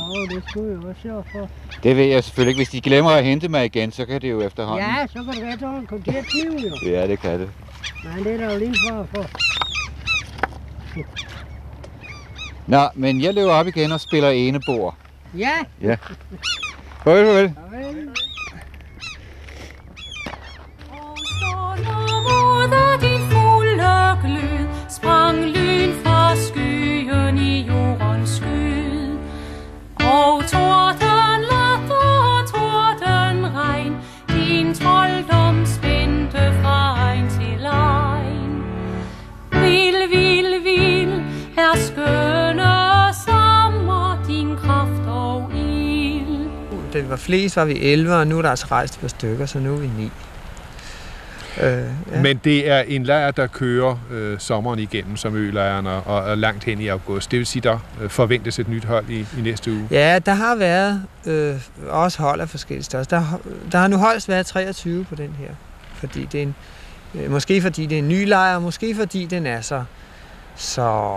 Jo, det skulle jeg også sørge for. Det ved jeg selvfølgelig ikke. Hvis de glemmer at hente mig igen, så kan det jo efterhånden. Ja, så kan det være, at du kommer til at knive, jo. Ja, det kan det. Men det er der jo lige for for. Nå, men jeg løber op igen og spiller enebord. Ja. Ja. Farvel, farvel. Farvel. Råder din fulde glød, sprang lyn fra skyen i jordens skyd. Og torden latter, torden regn, din trolddom spændte fra egen til egen. Vil, vil, vil, her skønne sommer, din kraft og ild. Da vi var flest, var vi elleve, og nu er der altså rejst et par stykker, så nu er vi ni. Øh, ja. Men det er en lejr, der kører øh, sommeren igennem som ølejren og, og langt hen i august. Det vil sige, der øh, forventes et nyt hold i, i næste uge. Ja, der har været øh, også hold af forskellige størrelser. Der, der har nu højst været treogtyve på den her. Fordi det er en, øh, måske fordi det er en ny lejr, måske fordi den er så, så,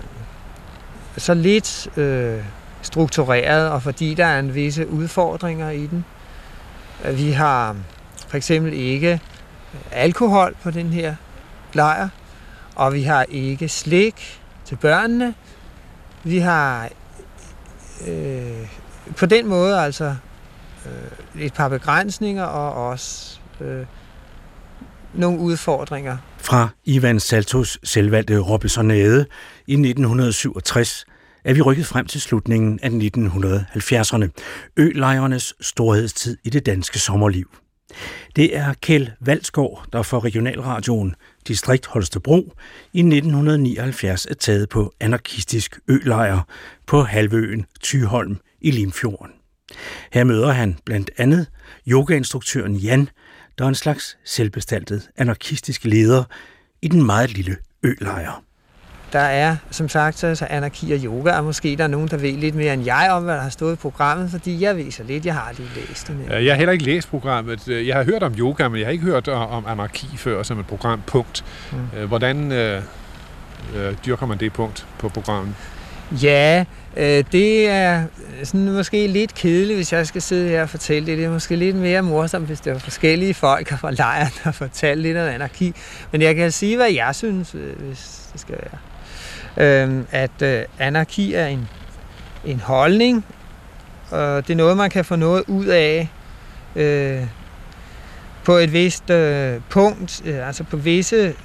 så lidt øh, struktureret, og fordi der er en visse udfordringer i den. Vi har for eksempel ikke alkohol på den her lejr, og vi har ikke slik til børnene. Vi har øh, på den måde altså øh, et par begrænsninger og også øh, nogle udfordringer. Fra Ivan Saltos selvvalgte Robinsonade i nitten syvogtres er vi rykket frem til slutningen af nitten halvfjerdserne, ølejrenes storhedstid i det danske sommerliv. Det er Kjeld Waldsgaard, der for Regionalradioen Distrikt Holstebro i nitten nioghalvfjerds er taget på anarkistisk ølejr på halvøen Thyholm i Limfjorden. Her møder han blandt andet yogainstruktøren Jan, der er en slags selvbestaltet anarkistisk leder i den meget lille ølejr. Der er, som sagt, så anarki og yoga, og måske der er nogen, der ved lidt mere end jeg om, hvad der har stået i programmet, fordi jeg ved så lidt, jeg har lige læst det. Jeg har heller ikke læst programmet. Jeg har hørt om yoga, men jeg har ikke hørt om anarki før som et programpunkt. Mm. Hvordan øh, øh, dyrker man det punkt på programmet? Ja, øh, det er sådan måske lidt kedeligt, hvis jeg skal sidde her og fortælle det. Det er måske lidt mere morsomt, hvis det var forskellige folk fra lejren, der fortæller lidt om anarki. Men jeg kan sige, hvad jeg synes, hvis det skal være. Øh, at øh, anarki er en, en holdning, og det er noget, man kan få noget ud af øh, på et vist øh, punkt, øh, altså på visse øh,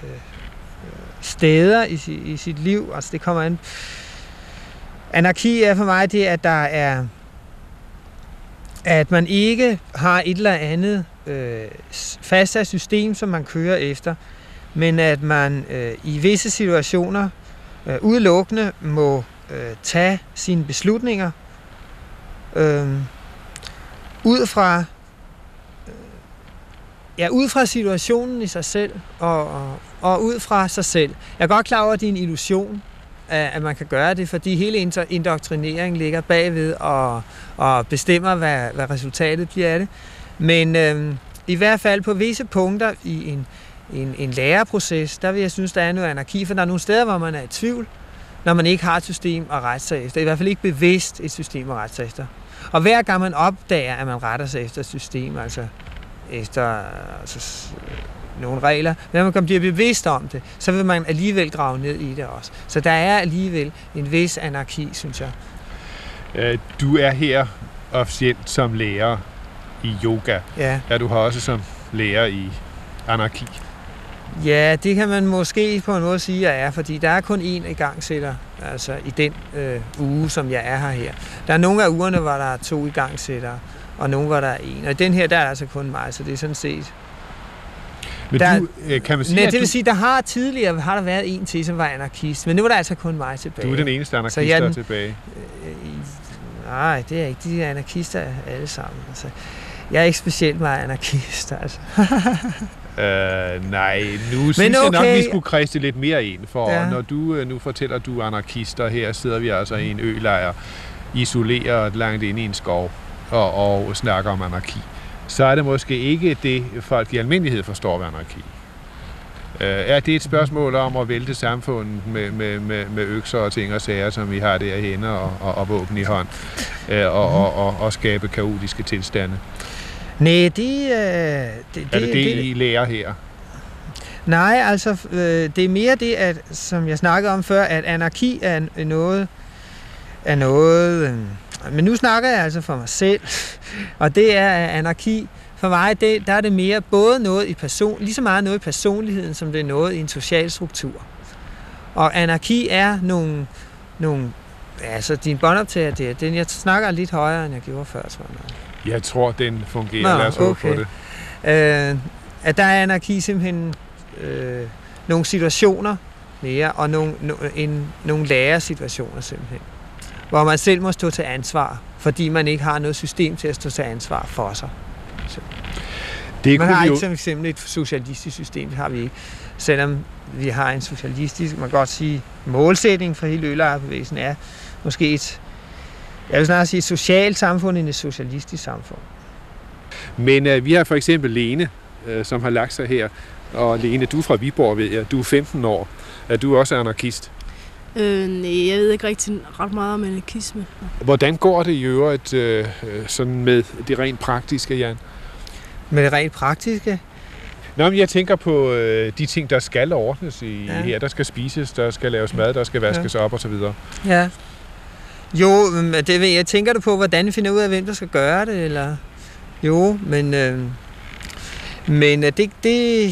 steder i, i sit liv. Altså det kommer an. Anarki er for mig det, at der er, at man ikke har et eller andet øh, fastsat system, som man kører efter, men at man øh, i visse situationer øh, udelukkende må øh, tage sine beslutninger øh, ud fra øh, ja, ud fra situationen i sig selv og, og, og ud fra sig selv. Jeg er godt klar over, at det er en illusion, at man kan gøre det, fordi hele indoktrineringen ligger bagved og, og bestemmer, hvad, hvad resultatet bliver af det. Men øh, i hvert fald på visse punkter i en En, en læreproces, der vil jeg synes, der er noget anarki, for der er nogle steder, hvor man er i tvivl, når man ikke har et system at rette sig efter. I hvert fald ikke bevidst et system at rette sig efter. Og hver gang man opdager, at man retter sig efter et system, altså efter altså, nogle regler, når man bliver bevidst om det, så vil man alligevel grave ned i det også. Så der er alligevel en vis anarki, synes jeg. Du er her officielt som lærer i yoga. Ja. Er du her også som lærer i anarki? Ja, det kan man måske på en måde sige, at jeg er, fordi der er kun én igangsætter, altså i den øh, uge, som jeg er her her. Der er nogle af ugerne, hvor der er to igangsættere, og nogle, hvor der er en. Og i den her, der er der altså kun mig, så det er sådan set. Men der, du, kan man sige, nej, at det vil du... sige, der har tidligere har der været en til, som var anarkist, men nu er der altså kun mig tilbage. Du er den eneste anarkist, der er tilbage. Øh, nej, det er ikke. De anarkister alle sammen. Altså, jeg er ikke specielt meget anarkist, altså. Uh, nej, nu Men synes okay. jeg nok, vi skulle kriste lidt mere ind, for ja. Når du uh, nu fortæller, at du er anarkist, og her sidder vi altså i en ølejr, isoleret langt inde i en skov, og, og snakker om anarki, så er det måske ikke det, folk i almindelighed forstår ved anarki. Er det et spørgsmål om at vælte samfundet med, med, med, med økser og ting og sager, som vi har derhenne, og, og, og våben i hånd, og, og, og, og skabe kaotiske tilstande? Nej, det, øh, det, er det det, det, I lærer her? Nej, altså, øh, det er mere det, at, som jeg snakkede om før, at anarki er noget, er noget øh, men nu snakker jeg altså for mig selv, og det er anarki. For mig, det, der er det mere både noget i person, lige så meget noget i personligheden, som det er noget i en social struktur. Og anarki er nogle, nogle altså din båndoptager, det er den, jeg snakker lidt højere, end jeg gjorde før, tror jeg. Jeg tror, den fungerer. Nå, lad os håbe okay. på det. Øh, at der er anarki simpelthen øh, nogle situationer mere, og nogle, no, en, nogle lærersituationer simpelthen, hvor man selv må stå til ansvar, fordi man ikke har noget system til at stå til ansvar for sig. Så. Det man har jo... ikke som eksempel et socialistisk system, det har vi ikke. Selvom vi har en socialistisk, man kan godt sige, målsætning for hele ølejerbevægelsen er måske et, jeg vil snart sige et socialt samfund end et socialistisk samfund. Men øh, vi har for eksempel Lene, øh, som har lagt sig her. Og Lene, du er fra Viborg, ved jeg. Du er femten år. Er du også anarkist? Øh, nej, jeg ved ikke rigtig ret meget om anarkisme. Hvordan går det i øvrigt øh, sådan med det rent praktiske, Jan? Med det rent praktiske? Nå, men jeg tænker på øh, de ting, der skal ordnes i ja. her. Der skal spises, der skal laves mad, der skal vaskes ja. op og så videre. Ja. Jo, det ved jeg. Tænker du på, hvordan vi finder ud af, hvem der skal gøre det, eller? Jo, men øh, men det, det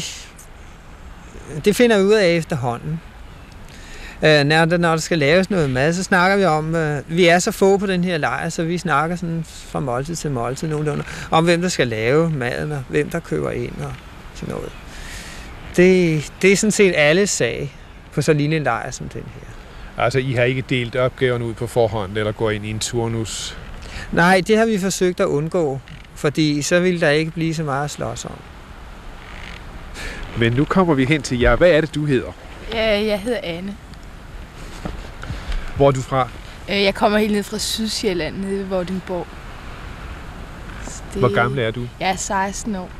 det finder vi ud af efterhånden. Øh, når, der, når der skal laves noget mad, så snakker vi om, øh, vi er så få på den her lejr, så vi snakker sådan fra måltid til måltid nogenlunde, om hvem der skal lave maden, og hvem der køber ind og sådan noget. Det, det er sådan set alles sag på så lille en lejr som den her. Altså, I har ikke delt opgaven ud på forhånd, eller går ind i en turnus? Nej, det har vi forsøgt at undgå, fordi så ville der ikke blive så meget at slås om. Men nu kommer vi hen til jer. Hvad er det, du hedder? Ja, jeg hedder Anne. Hvor er du fra? Jeg kommer helt ned fra Sydsjælland, nede ved Vordingborg. Det... Hvor gammel er du? Jeg er seksten år.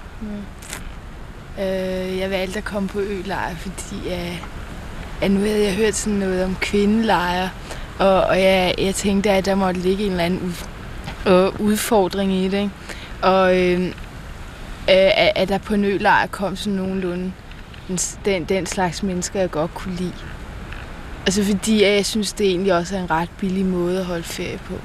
Ja. Jeg valgte at komme på ølejr, fordi jeg, at nu havde jeg hørt sådan noget om kvindelejre, og, og jeg, jeg tænkte, at der måtte ligge en eller anden udfordring i det. Ikke? Og øh, at der på en ølejr kom sådan nogenlunde den, den slags mennesker, jeg godt kunne lide. Altså fordi jeg synes, det egentlig også er en ret billig måde at holde ferie på.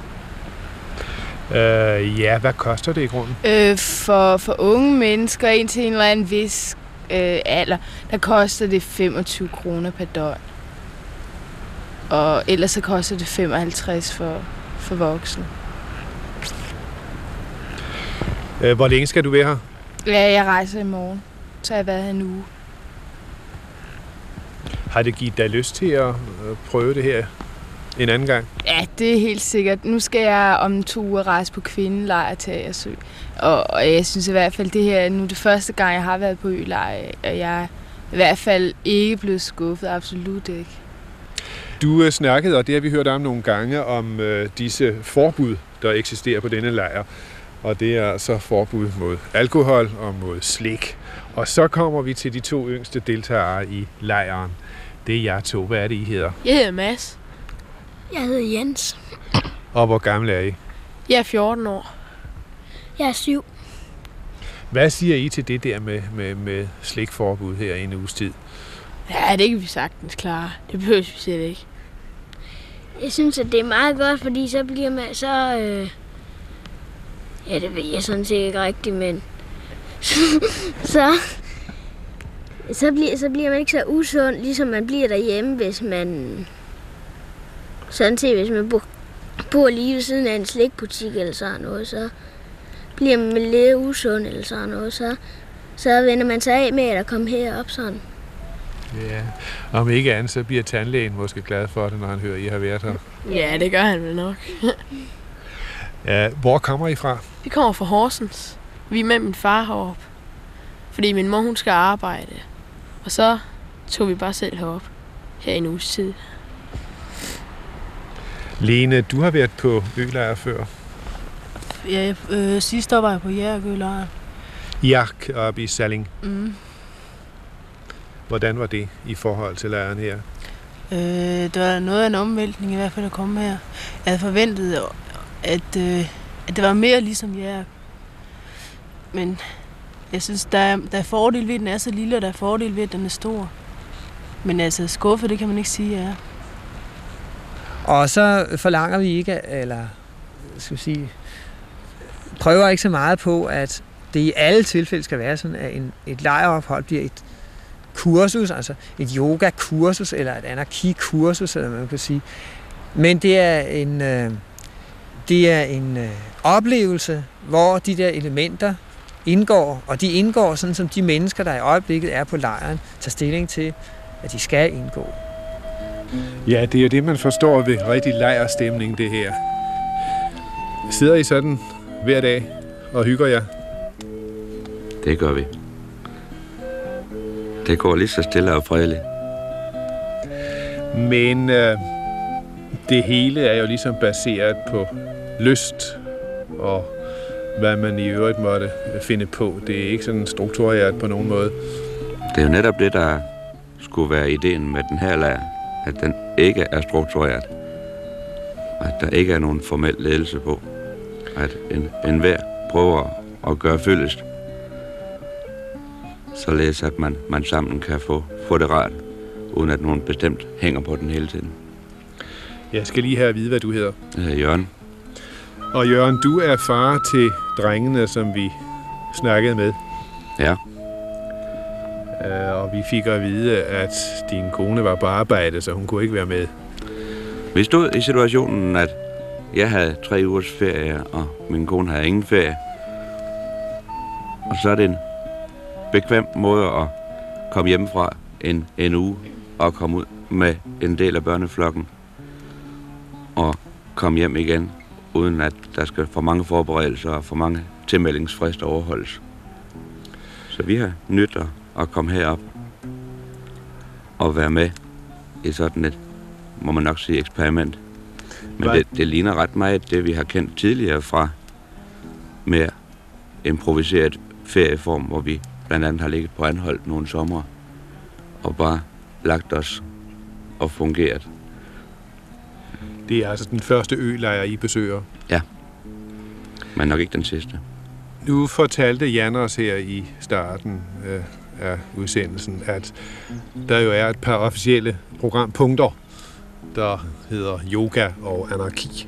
Øh, ja, hvad koster det i grunden? Øh, for, for unge mennesker indtil en eller anden vis øh, alder, der koster det femogtyve kroner per døgn. Og ellers så koster det femoghalvtreds for, for voksne. Øh, hvor længe skal du være her? Ja, jeg rejser i morgen. Så har jeg været her en uge. Har det givet dig lyst til at prøve det her en anden gang? Ja, det er helt sikkert. Nu skal jeg om to uger rejse på kvindelejr til Agersø. Og, og jeg synes i hvert fald, det her er nu det første gang, jeg har været på ølejr. Og jeg er i hvert fald ikke blevet skuffet. Absolut ikke. Du snakkede, og det har vi hørt om nogle gange, om øh, disse forbud, der eksisterer på denne lejr. Og det er altså forbud mod alkohol og mod slik. Og så kommer vi til de to yngste deltagere i lejren. Det er jer to. Hvad er det, I hedder? Jeg hedder Mads. Jeg hedder Jens. Og hvor gammel er I? Jeg er fjorten år. Jeg er syv. Hvad siger I til det der med, med, med slikforbud her i en uges tid? Ja, det kan vi sagtens klare. Det behøver vi slet ikke. Jeg synes, at det er meget godt, fordi så bliver man så... Øh... Ja, det ved jeg sådan set ikke rigtigt, men... så... Så bliver, så bliver man ikke så usund, ligesom man bliver derhjemme, hvis man... Sådan set, hvis man bor, bor lige ved siden af en slikbutik eller sådan noget, så bliver man lidt usund eller sådan noget, så, så vender man sig af med at komme herop sådan. Ja, om ikke andet, så bliver tandlægen måske glad for det, når han hører, at I har været her. Ja, det gør han vel nok. Ja, hvor kommer I fra? Vi kommer fra Horsens. Vi er med min far heroppe, fordi min mor hun skal arbejde. Og så tog vi bare selv herop her i en uges tid. Lene, du har været på ølejr før. Ja, øh, sidste år var jeg på Jærk ølejr. Jærk oppe i Salling. Mm. Hvordan var det i forhold til lejren her? Øh, det var noget af en omvæltning i hvert fald at komme her. Jeg havde forventet, at, øh, at det var mere ligesom jer. Men jeg synes, der er, der er fordel ved, at den er så lille, og der er fordel ved, at den er stor. Men altså, skuffe, det kan man ikke sige, ja. Og så forlanger vi ikke, eller skal vi sige, prøver ikke så meget på, at det i alle tilfælde skal være sådan, at en, et lejrophold bliver et kursus, altså et yoga-kursus, eller et anarki-kursus, eller man kan sige. Men det er en, øh, det er en øh, oplevelse, hvor de der elementer indgår, og de indgår sådan, som de mennesker, der i øjeblikket er på lejren, tager stilling til, at de skal indgå. Ja, det er jo det, man forstår ved rigtig lejrstemning, det her. Sidder I sådan hver dag og hygger jer? Det gør vi. Det går lige så stille og fredeligt. Men øh, det hele er jo ligesom baseret på lyst og hvad man i øvrigt måtte finde på. Det er ikke sådan struktureret på nogen måde. Det er jo netop det, der skulle være ideen med den her lejr. At den ikke er struktureret. At der ikke er nogen formel ledelse på. At en, enhver prøver at gøre fyldest. Således at man, man sammen kan få, få det rart, uden at nogen bestemt hænger på den hele tiden. Jeg skal lige have at vide, hvad du hedder. Jeg hedder Jørgen. Og Jørgen, du er far til drengene, som vi snakkede med. Ja. Uh, og vi fik at vide, at din kone var på arbejde, så hun kunne ikke være med. Vi stod i situationen, at jeg havde tre ugers ferie, og min kone havde ingen ferie. Og så er det en bekvem måde at komme hjemmefra en, en uge og komme ud med en del af børneflokken og komme hjem igen, uden at der skal for mange forberedelser og for mange tilmeldingsfrister overholdes. Så vi har nydt at, at komme herop og være med i sådan et, må man nok sige, eksperiment. Men det, det ligner ret meget det, vi har kendt tidligere fra mere improviseret ferieform, hvor vi blandt andet har ligget på Anholt nogle sommer og bare lagt os og fungeret. Det er altså den første ølejr, I besøger? Ja, men nok ikke den sidste. Nu fortalte Jan os her i starten øh, af udsendelsen, at der jo er et par officielle programpunkter, der hedder yoga og anarki.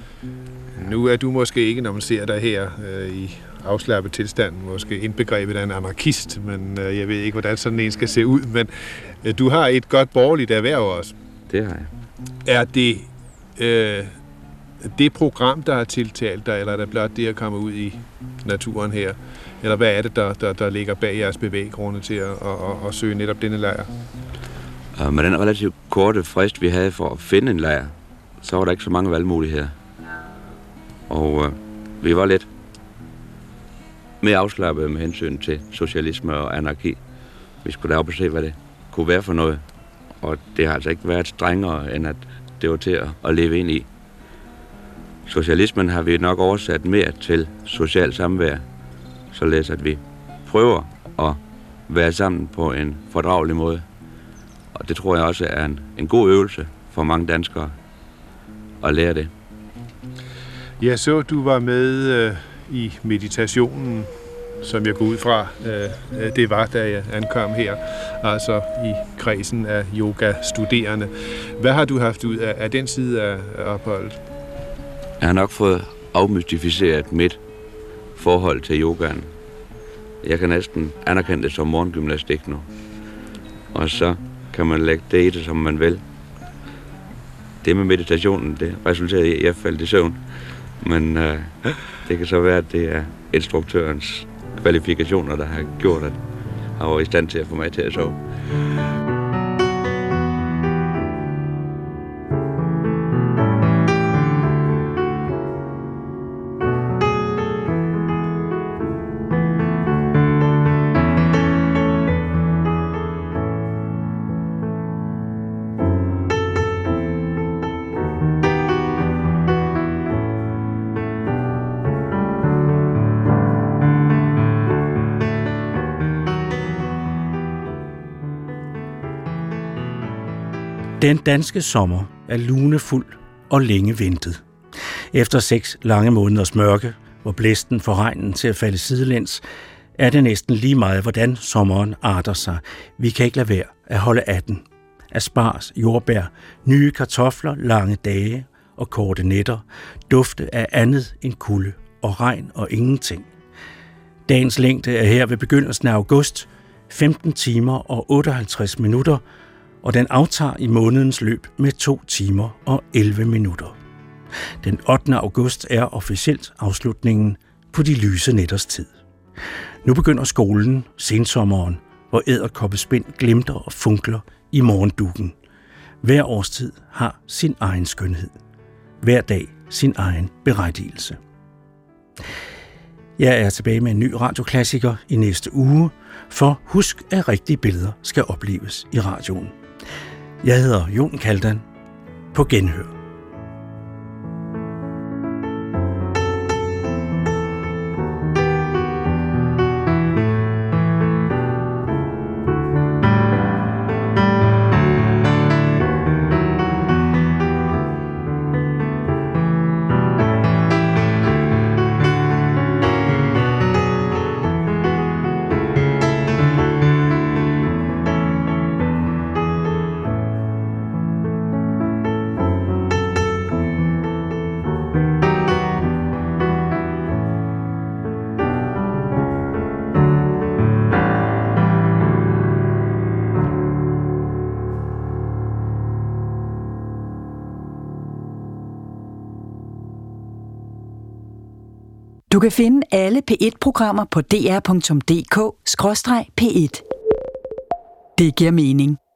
Nu er du måske ikke, når man ser dig her øh, i afslappet tilstand, måske indbegrebet af en anarkist, men øh, jeg ved ikke, hvordan sådan en skal se ud, men øh, du har et godt borgerligt erhverv også. Det har jeg. Er det øh, det program, der har tiltalt dig, eller er det blot det at komme ud i naturen her? Eller hvad er det, der, der, der ligger bag jeres bevæggrunde til at, at, at, at søge netop denne lejr? Og med den relativt korte frist, vi havde for at finde en lejr, så var der ikke så mange valgmuligheder. Og øh, vi var lidt mere afslappet med hensyn til socialisme og anarki. Vi skulle derop og se, hvad det kunne være for noget. Og det har altså ikke været strengere, end at det var til at, at leve ind i. Socialismen har vi nok oversat mere til social samvær, således at vi prøver at være sammen på en fordragelig måde. Og det tror jeg også er en, en god øvelse for mange danskere at lære det. Jeg så, du var med øh, i meditationen, som jeg går ud fra. Øh, det var, da jeg ankom her, altså i kredsen af yoga-studerende. Hvad har du haft ud af, af den side af opholdet? Jeg har nok fået afmystificeret mit forhold til yogaen. Jeg kan næsten anerkende det som morgengymnastik nu. Og så kan man lægge det i det, som man vil. Det med meditationen, det resulterer i, at jeg faldt i søvn. Men øh, det kan så være, at det er instruktørens kvalifikationer, der har gjort, at han var i stand til at få mig til at sove. Den danske sommer er lunefuld og længe ventet. Efter seks lange måneders mørke, hvor blæsten får regnen til at falde sidelæns, er det næsten lige meget, hvordan sommeren arter sig. Vi kan ikke lade være at holde af den. Asparges, jordbær, nye kartofler, lange dage og korte nætter, dufte af andet end kulde og regn og ingenting. Dagens længde er her ved begyndelsen af august, femten timer og otteoghalvtreds minutter, og den aftager i månedens løb med to timer og elleve minutter. Den ottende august er officielt afslutningen på de lyse nætters tid. Nu begynder skolen, sensommeren, hvor edderkoppespind glimter og funkler i morgendukken. Hver årstid har sin egen skønhed. Hver dag sin egen berettigelse. Jeg er tilbage med en ny radioklassiker i næste uge, for husk, at rigtige billeder skal opleves i radioen. Jeg hedder Jon Kaldan. På genhør. Du kan finde alle P et-programmer på d r punktum d k skråstreg p et. Det giver mening.